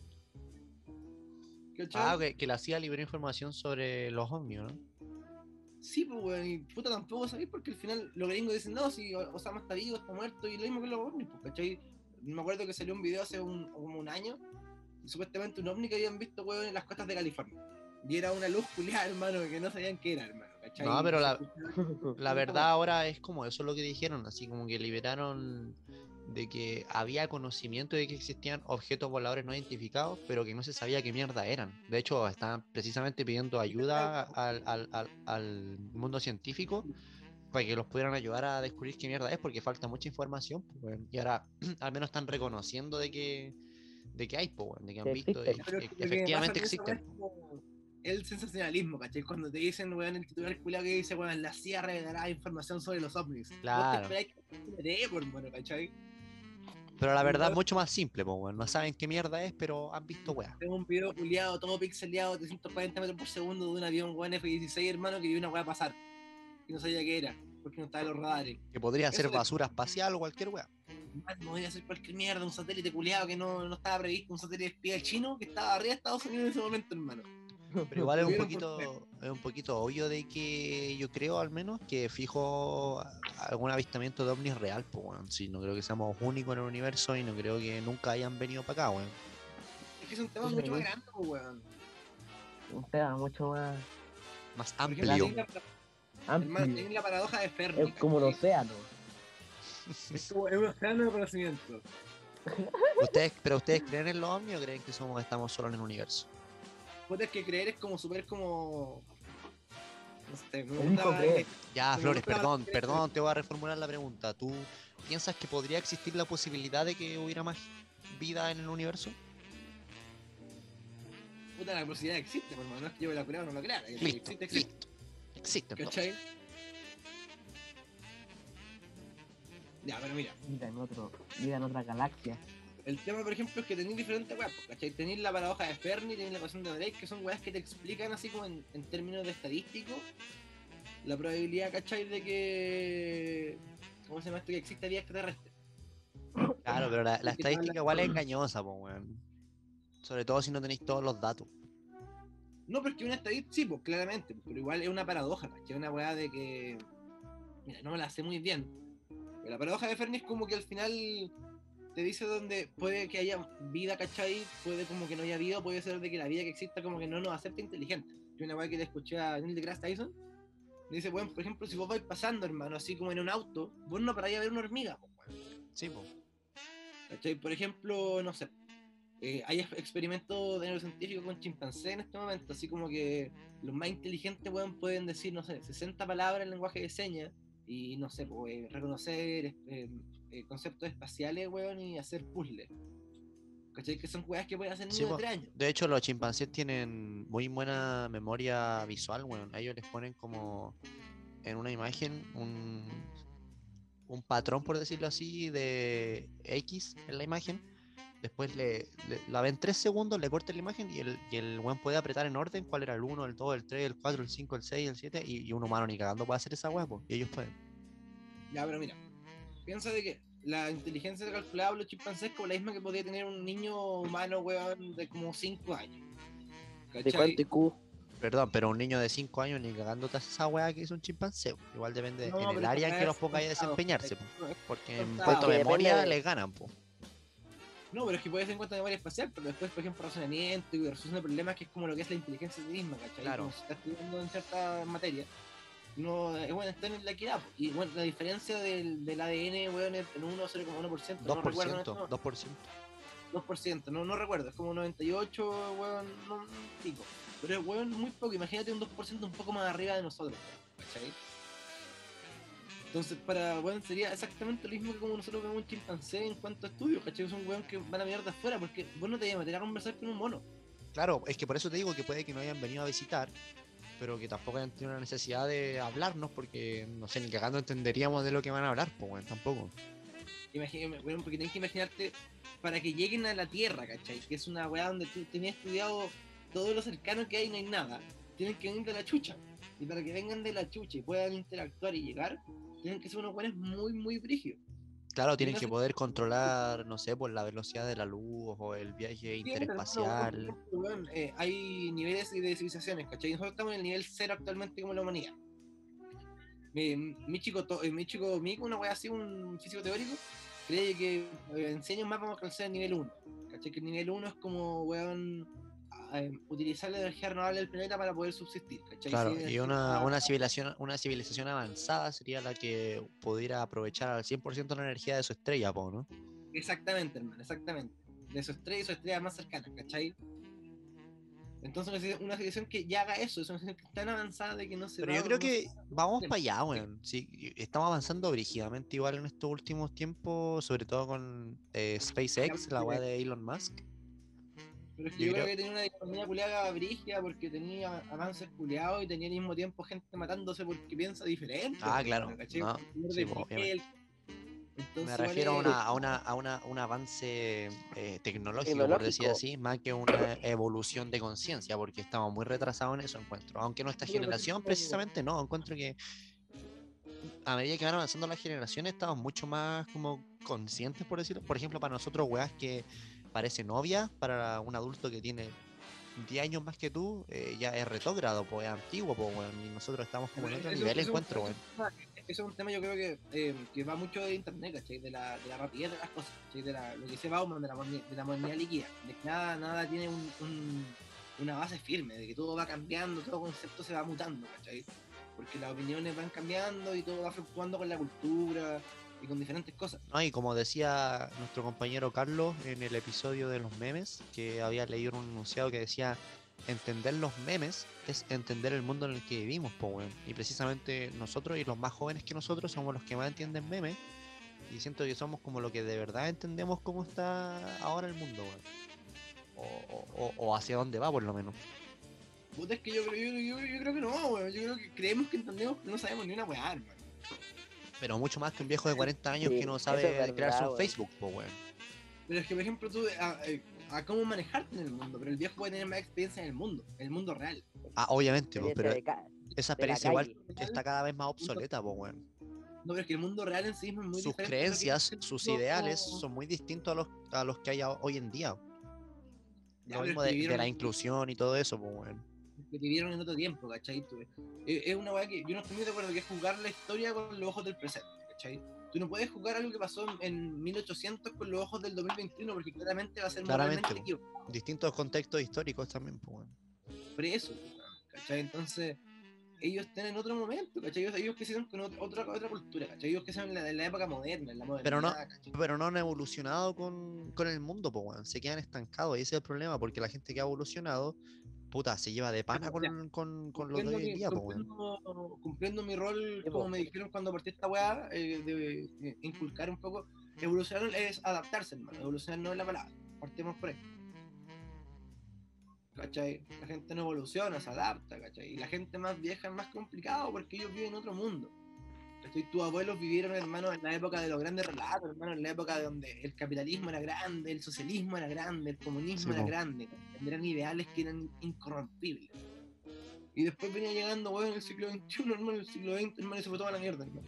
¿Cachai? Ah, que, que la C I A liberó información sobre los ovnis, ¿no? Sí, pues weón, y puta tampoco sabéis porque al final los gringos dicen, no, si Osama está vivo, está muerto, y lo mismo que los ovnis, pues, ¿cachai? Me acuerdo que salió un video hace un, como un año, y supuestamente un ovni que habían visto, weón, en las costas de California. Y era una luz culiada, hermano, que no sabían qué era, hermano, ¿cachai? No, pero Se la- escuchaba- La verdad ahora es como eso lo que dijeron, así como que liberaron de que había conocimiento de que existían objetos voladores no identificados, pero que no se sabía qué mierda eran. De hecho, estaban precisamente pidiendo ayuda al, al- al- al mundo científico para que los pudieran ayudar a descubrir qué mierda es, porque falta mucha información, pues, weón. Y ahora al menos están reconociendo de que, de que hay, pues, weón, de que han Que visto existen. y Pero que es que lo que efectivamente pasa con esa weá existen. es como el sensacionalismo, ¿cachai? Cuando te dicen, weón, el titular culiado que dice, weón, la C I A revelará información sobre los ovnis. Claro. Vos te esperáis que te dé, por hermano, ¿cachai? Pero la verdad es Igual- mucho más simple, pues, weón. No saben qué mierda es, pero han visto weá. Tengo un video culiado, todo pixeleado, trescientos cuarenta metros por segundo de un avión, weón, F dieciséis, hermano, que vio una weá pasar. Y no sabía qué era, porque no estaba en los radares. Que podría Eso ser de- basura espacial o cualquier weá. Man, no podía ser cualquier mierda, un satélite culiado que no, no estaba previsto, un satélite espía chino que estaba arriba de Estados Unidos en ese momento, hermano. Pero igual es un Tuvieron poquito, es un poquito obvio de que yo creo al menos que fijo a- algún avistamiento de ovnis real, pues weón. Sí, no creo que seamos únicos en el universo y no creo que nunca hayan venido para acá, weón. Es que es un tema Sí, mucho más sí. grande, pues, weón. Un tema mucho más Más Por ejemplo, amplio. tenés la- hermano, amplio. tenés la paradoja de Fermi. Es como un ¿cachai? océano. Es como es un océano de conocimiento. ¿Ustedes, pero ustedes creen en los ovnis o creen que somos, estamos solos en el universo? Puta, es que creer es como súper como. No sé, me El hijo gusta. cree. Ya, Pero Flores, no, pero- perdón, perdón, te voy a reformular la pregunta. ¿Tú piensas que podría existir la posibilidad de que hubiera más vida en el universo? Puta, la posibilidad existe, por no es que yo la crea o no la crea. Listo, Existe, existe. listo. Existe entonces. ¿Cachai? Ya, pero mira. Mira, en otro. vida en otra galaxia. El tema, por ejemplo, es que tenéis diferentes weas, pues, ¿cachai? Tenéis la paradoja de Fermi, tenéis la ecuación de Drake, que son weas que te explican así como en, en términos de estadístico la probabilidad, ¿cachai? De que... ¿Cómo se llama esto? Que exista vida extraterrestre. Claro, pero la, la Y que te estadística habla- igual es engañosa, pues, weón. Sobre todo si no tenéis todos los datos. No, pero es que una estadística, sí, pues claramente, pues, pero igual es una paradoja, ¿cachai? Una weá de que... Mira, no me la sé muy bien. Pero la paradoja de Fermi es como que al final te dice donde puede que haya vida, ¿cachai? Puede como que no haya vida, puede ser de que la vida que exista como que no nos acepte inteligente. Yo una weá que le escuché a Neil deGrasse Tyson, le dice, bueno, por ejemplo, si vos vais pasando, hermano, así como en un auto, vos no paráis a ver una hormiga, pues, weón. Sí, pues. ¿Cachai? Por ejemplo, no sé, eh, hay ex- experimentos de neurocientíficos con chimpancés en este momento, así como que los más inteligentes, weón, pueden decir, no sé, sesenta palabras en lenguaje de señas y, no sé, pues, eh, reconocer eh, eh, conceptos espaciales, weón, y hacer puzzles. ¿Cachai? Que son weas que pueden hacer Sí, niños de po. tres años. De hecho, los chimpancés tienen muy buena memoria visual, weón. A ellos les ponen como en una imagen un, un patrón, por decirlo así, de X en la imagen. Después le, le- la ven tres segundos, le cortan la imagen y el, y el weón puede apretar en orden cuál era el uno, el dos, el tres, el cuatro, el cinco, el seis, el siete y, y un humano ni cagando puede hacer esa weá, po, y ellos pueden. Ya, pero mira, piensa de que la inteligencia calculada de los chimpancés es como la misma que podría tener un niño humano, weón, de como cinco años. ¿De ¿Cachai? cuánto I Q? Perdón, pero un niño de cinco años ni cagando te hace esa weá que es un chimpancé, po. Igual depende No, en el pero área en esta que weá los es pongáis a contado, desempeñarse, po, ¿cachai? porque en Porque cuanto a depende memoria de- les ganan, po. No, pero es que puede ser en cuenta de memoria espacial, pero después, por ejemplo, razonamiento y resolución de problemas, que es como lo que es la inteligencia en sí misma, ¿cachai? Claro. Como se está estudiando en cierta materia. No, es bueno, está en la equidad. po. Y bueno, la diferencia del, del A D N, weón, es en uno, cero coma uno por ciento. dos No por recuerdo en ciento, esto, dos por ciento. dos por ciento, no, no recuerdo, es como noventa y ocho, weón, no, no, pico. Pero es, weón, muy poco. Imagínate un dos por ciento un poco más arriba de nosotros, ¿cachai? Entonces, para weón, sería exactamente lo mismo que como nosotros vemos un chimpancé en cuanto a estudios, ¿cachai? Es un weón que van a mirar de afuera, porque vos no te vas a meter a conversar con un mono. Claro, es que por eso te digo que puede que no hayan venido a visitar, pero que tampoco hayan tenido la necesidad de hablarnos, porque no sé, ni cagando entenderíamos de lo que van a hablar, pues, weón, tampoco. Imagínate, weón, porque tenés que imaginarte para que lleguen a la Tierra, ¿cachai? Que es una weá donde tú tenías estudiado todo lo cercano que hay y no hay nada. Tienen que venir de la chucha. Y para que vengan de la chucha y puedan interactuar y llegar, tienen que ser unos weones muy, muy brígidos. Claro, tienen una que se- poder controlar, no sé, por la velocidad de la luz o el viaje Sí, hermano, weón, por interespacial. ejemplo, weón, eh, hay niveles de civilizaciones, ¿cachai? Nosotros estamos en el nivel cero actualmente como la humanidad. Mi, mi chico, to- eh, mi chico Mico, una wea así, un físico teórico, cree que eh, en cien años más vamos a alcanzar el nivel uno. ¿Cachai? Que el nivel uno es como, weón, a- eh, utilizar la energía renovable del planeta para poder subsistir, ¿cachai? Claro, Si y energía- una, una civilización, una civilización avanzada sería la que pudiera aprovechar al cien por ciento la energía de su estrella, po, ¿no? Exactamente, hermano, exactamente. De su estrella y su estrella más cercana, ¿cachai? Entonces una civilización- una civilización que ya haga eso, es una civilización que es tan avanzada de que no se Pero va yo creo no que se- vamos para allá, weón. Sí, y estamos avanzando brígidamente igual en estos últimos tiempos, sobre todo con eh, SpaceX, la weá de Elon Musk. Pero es que Yo yo creo creo, que tenía una economía culiada brígida porque tenía avances culiados y tenía al mismo tiempo gente matándose porque piensa diferente. Ah, pues, claro, hermano, ¿cachai? no, El poder sí, de pues, piel. obviamente. Entonces, Me igual refiero a, es- una, a, una, a, una, un avance eh, tecnológico, por decir Tecnológico. así, más que una evolución de conciencia, porque estamos muy retrasados en eso, encuentro. Aunque nuestra Pero, por generación, ejemplo, precisamente, no, encuentro que a medida que van avanzando las generaciones, estamos mucho más como conscientes, por decirlo. Por ejemplo, para nosotros, weas que parecen obvias, para un adulto que tiene diez años más que tú, eh, ya es retrógrado, pues es antiguo, pues, weón. Y nosotros estamos como en otro eso- nivel, eso es un- encuentro, weón. Eso es un tema, yo creo que, eh, que va mucho de internet, ¿cachai? De la, de la rapidez de las cosas, ¿cachai? De la, lo que dice Bauman, de la, moderni- de la modernidad líquida, de que nada, nada tiene un, un- una base firme, de que todo va cambiando, todo concepto se va mutando, ¿cachai? Porque las opiniones van cambiando y todo va fluctuando con la cultura y con diferentes cosas. No, y como decía nuestro compañero Carlos en el episodio de los memes, que había leído un enunciado que decía, entender los memes es entender el mundo en el que vivimos, po, weón. Y precisamente nosotros y los más jóvenes que nosotros somos los que más entienden memes. Y siento que somos como lo que de verdad entendemos cómo está ahora el mundo, weón. O, o- o- o hacia dónde va, por lo menos. Puta, es que yo, creo- yo, yo- yo creo que no, weón. Yo creo que creemos que entendemos, pero no sabemos ni una weá, hermano. Pero mucho más que un viejo de cuarenta años Sí, que no eso sabe es verdad, crearse un weón. Facebook, pues, weón. Pero es que, por ejemplo, tú, a, a- a cómo manejarte en el mundo, pero el viejo puede tener más experiencia en el mundo, en el mundo real. Ah, obviamente, pues, Experiencia pero de, ca- esa de la experiencia igual calle. está cada vez más obsoleta, pues, weón. No, pero es que el mundo real en sí mismo es muy Sus diferente a lo que creencias, es el sus mundo- ideales son muy distintos a los, a los que hay a- hoy en día. Ya, Lo pero mismo es que de, de vivieron la en- inclusión y todo eso, pues, weón. que vivieron en otro tiempo, ¿cachai? Tú, eh, es una weá que yo no estoy muy de acuerdo que es jugar la historia con los ojos del presente, ¿cachai? Tú no puedes jugar algo que pasó en, en mil ochocientos con los ojos del dos mil veintiuno porque claramente va a ser Claramente, moralmente po. equivocado. Distintos contextos históricos también, pues, weón. Por eso, ¿cachai? Entonces, ellos tienen otro momento, ¿cachai? Ellos, ellos crecieron con otra, otra, otra cultura, ¿cachai? Ellos crecieron en la, en la época moderna, en la Pero no, modernidad, ¿cachai? pero no han evolucionado con, con el mundo, pues, weón. Se quedan estancados y ese es el problema, porque la gente que ha evolucionado, puta, se lleva de pana Mira, con, con, con los de Cumpliendo hoy en mi, día, pues, weón. cumpliendo, cumpliendo mi rol, Sí, como po. me dijeron cuando partí esta weá, eh, de eh, inculcar un poco, evolucionar es adaptarse, hermano, evolucionar no es la palabra, partimos por ahí. ¿Cachai? La gente no evoluciona, se adapta, ¿cachai? Y la gente más vieja es más complicado porque ellos viven en otro mundo. ¿Cachai? Tus abuelos vivieron, hermano, en la época de los grandes relatos, hermano, en la época donde el capitalismo era grande, el socialismo era grande, el comunismo Sí, era po. grande, ¿cachai? Eran ideales que eran incorrompibles. Y después venía llegando, weón, el siglo veintiuno, hermano, el siglo veinte, hermano, y se fue toda la mierda, hermano.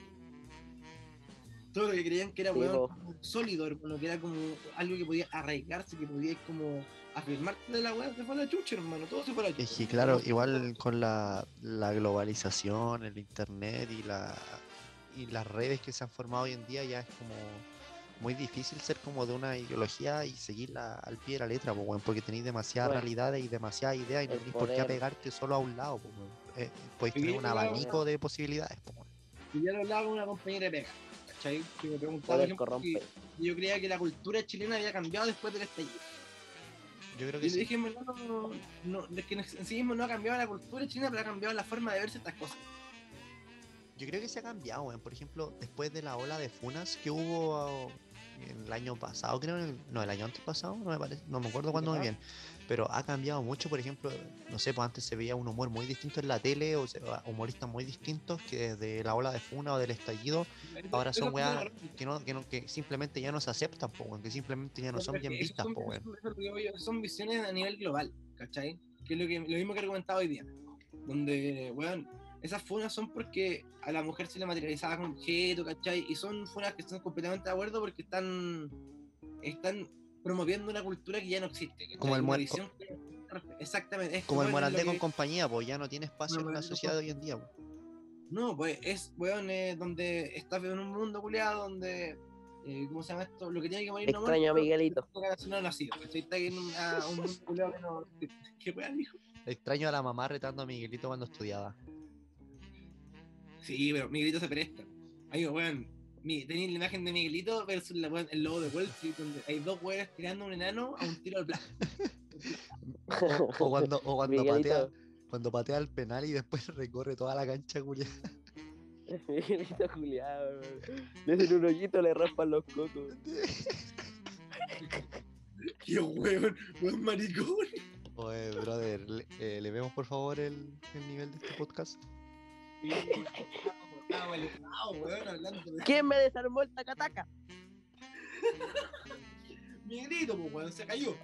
Todo lo que creían que era, Sí, weón, po. como sólido, hermano, que era como algo que podía arraigarse, que podía como afirmarte de la weá, se fue a la chucha, hermano, todo se fue a la chucha. Es que claro, igual con la, la globalización, el internet y la y las redes que se han formado hoy en día, ya es como muy difícil ser como de una ideología y seguirla al pie de la letra, pues, weón, porque tenéis demasiadas Bueno, realidades y demasiadas ideas y no el tenéis por qué poder. apegarte solo a un lado, pues, weón. Eh, podéis Y tener yo un hablaba- abanico de posibilidades, pues, weón. Y ya lo hablaba con una compañera de pega, ¿cachai? Que me preguntaba, por Poder ejemplo, corrompe. si yo creía que la cultura chilena había cambiado después del estallido. Yo creo Y que le sí. dije, no, no, no, es que en sí mismo no ha cambiado la cultura chilena, pero ha cambiado la forma de ver ciertas cosas. Yo creo que se ha cambiado, weón. Por ejemplo, después de la ola de funas que hubo en el año pasado, creo, en el- no, el año antes pasado, no me parece, no me acuerdo cuándo muy Ajá. bien. Pero ha cambiado mucho, por ejemplo, no sé, pues antes se veía un humor muy distinto en la tele, o sea, humoristas muy distintos que desde la ola de funa o del estallido, ahora Eso- son eso weas es lo que no, que no, que simplemente ya no se aceptan, po, weón, que simplemente ya no No, son pero es bien que esos vistas, son, po, weón. eso- eso es lo que digo yo, son visiones a nivel global, ¿cachai? Que es lo, que, lo mismo que he comentado hoy día. Donde, weón, esas funas son porque a la mujer se le materializaba con objeto, ¿cachai? Y son funas que están completamente de acuerdo porque están, están promoviendo una cultura que ya no existe, ¿cachai? Como el Una muer- visión que- exactamente. Es Como el weón, es lo Morandé con que- compañía, pues ya no tiene espacio Como en la Morandé con sociedad de hoy en día, po. No, pues es, weón, eh, donde estás en un mundo culiado donde, eh, ¿cómo se llama esto? Lo que tiene que morir no Extraño a muere, Miguelito. pero no ha nacido, ¿cachai? Está en un, a un mundo culiado que no... ¿Qué weón dijo? Extraño a la mamá retando a Miguelito cuando estudiaba. Sí, pero Miguelito se presta. Ahí, weón, mi, tenéis la imagen de Miguelito versus la, weón, el lobo de Wall Street, donde hay dos weones tirando a un enano a un tiro al blanco. O, o cuando, o cuando patea, Miguelito. cuando patea el penal y después recorre toda la cancha, culia. Miguelito Juliado, le hacen un hoyito, le raspan los cocos. ¡Qué weón! ¡Weón maricón! Oye, brother, le, eh, le vemos por favor el, el nivel de este podcast. Sí, estaba elevado, weón, hablando de ¿Quién me desarmó el tacataca? Miguelito, pues, weón, se cayó.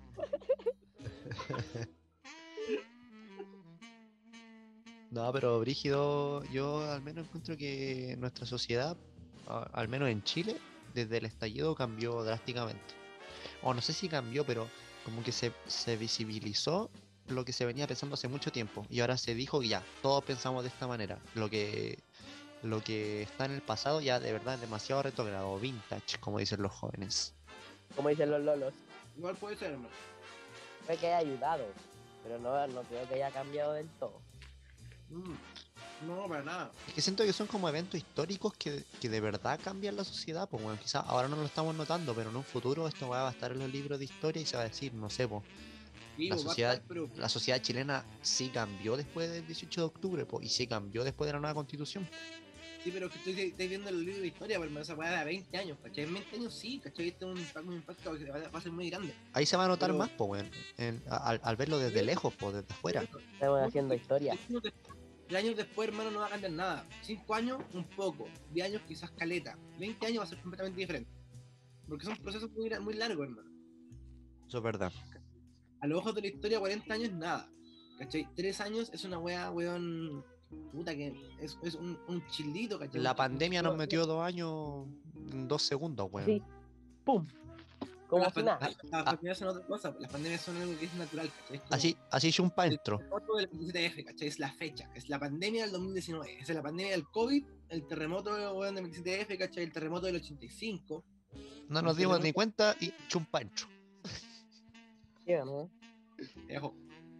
No, pero brígido, yo al menos encuentro que nuestra sociedad, a- al menos en Chile, desde el estallido cambió drásticamente. O no sé si cambió, pero como que se, se visibilizó lo que se venía pensando hace mucho tiempo. Y ahora se dijo que ya, todos pensamos de esta manera. Lo que, lo que está en el pasado ya de verdad es demasiado retrogrado, vintage, como dicen los jóvenes. Como dicen los lolos. Igual puede ser, hermano. Puede que haya ayudado, pero no, no creo que haya cambiado del todo. Mm, no, para nada. Es que siento que son como eventos históricos que, que de verdad cambian la sociedad, pues bueno, quizás ahora no lo estamos notando, pero en un futuro esto va a estar en los libros de historia y se va a decir, no sé, pues, Sí, la pues, va a sociedad, estar, pero la sociedad chilena sí cambió después del dieciocho de octubre, pues, y sí cambió después de la nueva constitución. sí, pero que estoy, estoy viendo el libro de historia, pero esa weá de veinte años, ¿cachai? En veinte años sí, ¿cachai? Este es un impacto, un impacto que va a va a ser muy grande. Ahí se va a notar Pero- más, pues, weón, en- a- al, al verlo desde lejos, pues, desde afuera. Estamos haciendo historia. Yo Tres años después, hermano, no va a cambiar nada. Cinco años, un poco. Diez años, quizás caleta. Veinte años va a ser completamente diferente. Porque son procesos muy, muy largos, hermano. Eso es verdad. A los ojos de la historia, cuarenta años, nada. ¿Cachai? Tres años es una wea, weón. Puta que es, es un, un childito, ¿cachai? La Un- pandemia un- nos metió dos años en dos segundos, weón. Así, ¡pum! Como las si pan- nada. las- las pandemias son otra cosa. Las pandemias son algo que es natural, ¿cachai? Es como Así, así chumpa el entro. terremoto del veintisiete F, ¿cachai? Es la fecha. Es la pandemia del dos mil diecinueve. Es la pandemia del COVID, el terremoto weón, del veintisiete F, ¿cachai? El terremoto del ochenta y cinco. No nos dimos ni cuenta y chumpa entro. Llega, ¿no? Eh, ojo,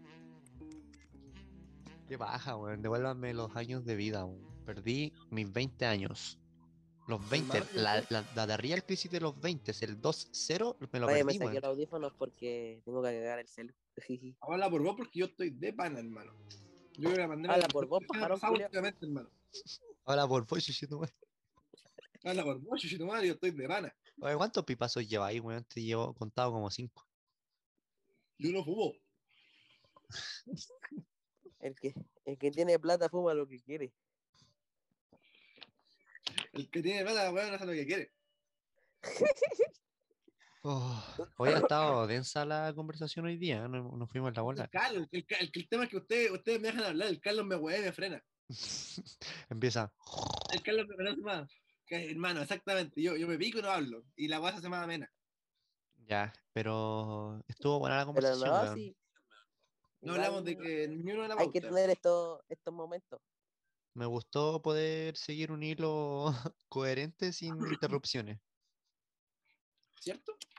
Qué baja, weón. Devuélvanme los años de vida, weón. Perdí mis veinte años. Los veinte. Hermano, La, la, la de Real Crisis de los veinte. El dos cero me lo Oye, me perdí, saqué weón. los audífonos porque tengo que agregar el celu. habla por vos porque yo estoy de pana, hermano. Yo creo que la pandemia. Habla por vos, ¿qué me ha pajarón pasado culiao. últimamente, hermano? Ahora por vos, chuchito, weón. Habla por vos, chuchito madre, yo estoy de pana. Oye, ¿cuántos pipazos lleváis, weón? Te llevo contado como cinco. Yo no fumo. El que, el que tiene plata fuma lo que quiere. El que tiene plata, weón, hace lo que quiere. Oh, hoy ha estado densa la conversación hoy día, ¿eh? Nos, nos fuimos en la bola. El Carlos, el, el- el tema es que ustedes, ustedes me dejan hablar, el Carlos me hueve, me frena. Empieza. El Carlos me frena más. Que, hermano, exactamente. Yo, yo me pico y no hablo. Y la guasa se me amena. Ya, pero estuvo buena la Pero conversación, no, weón. sí. No Igual hablamos de que ni uno de la hay que pauta. tener estos, estos momentos. Me gustó poder seguir un hilo coherente sin interrupciones. ¿Cierto?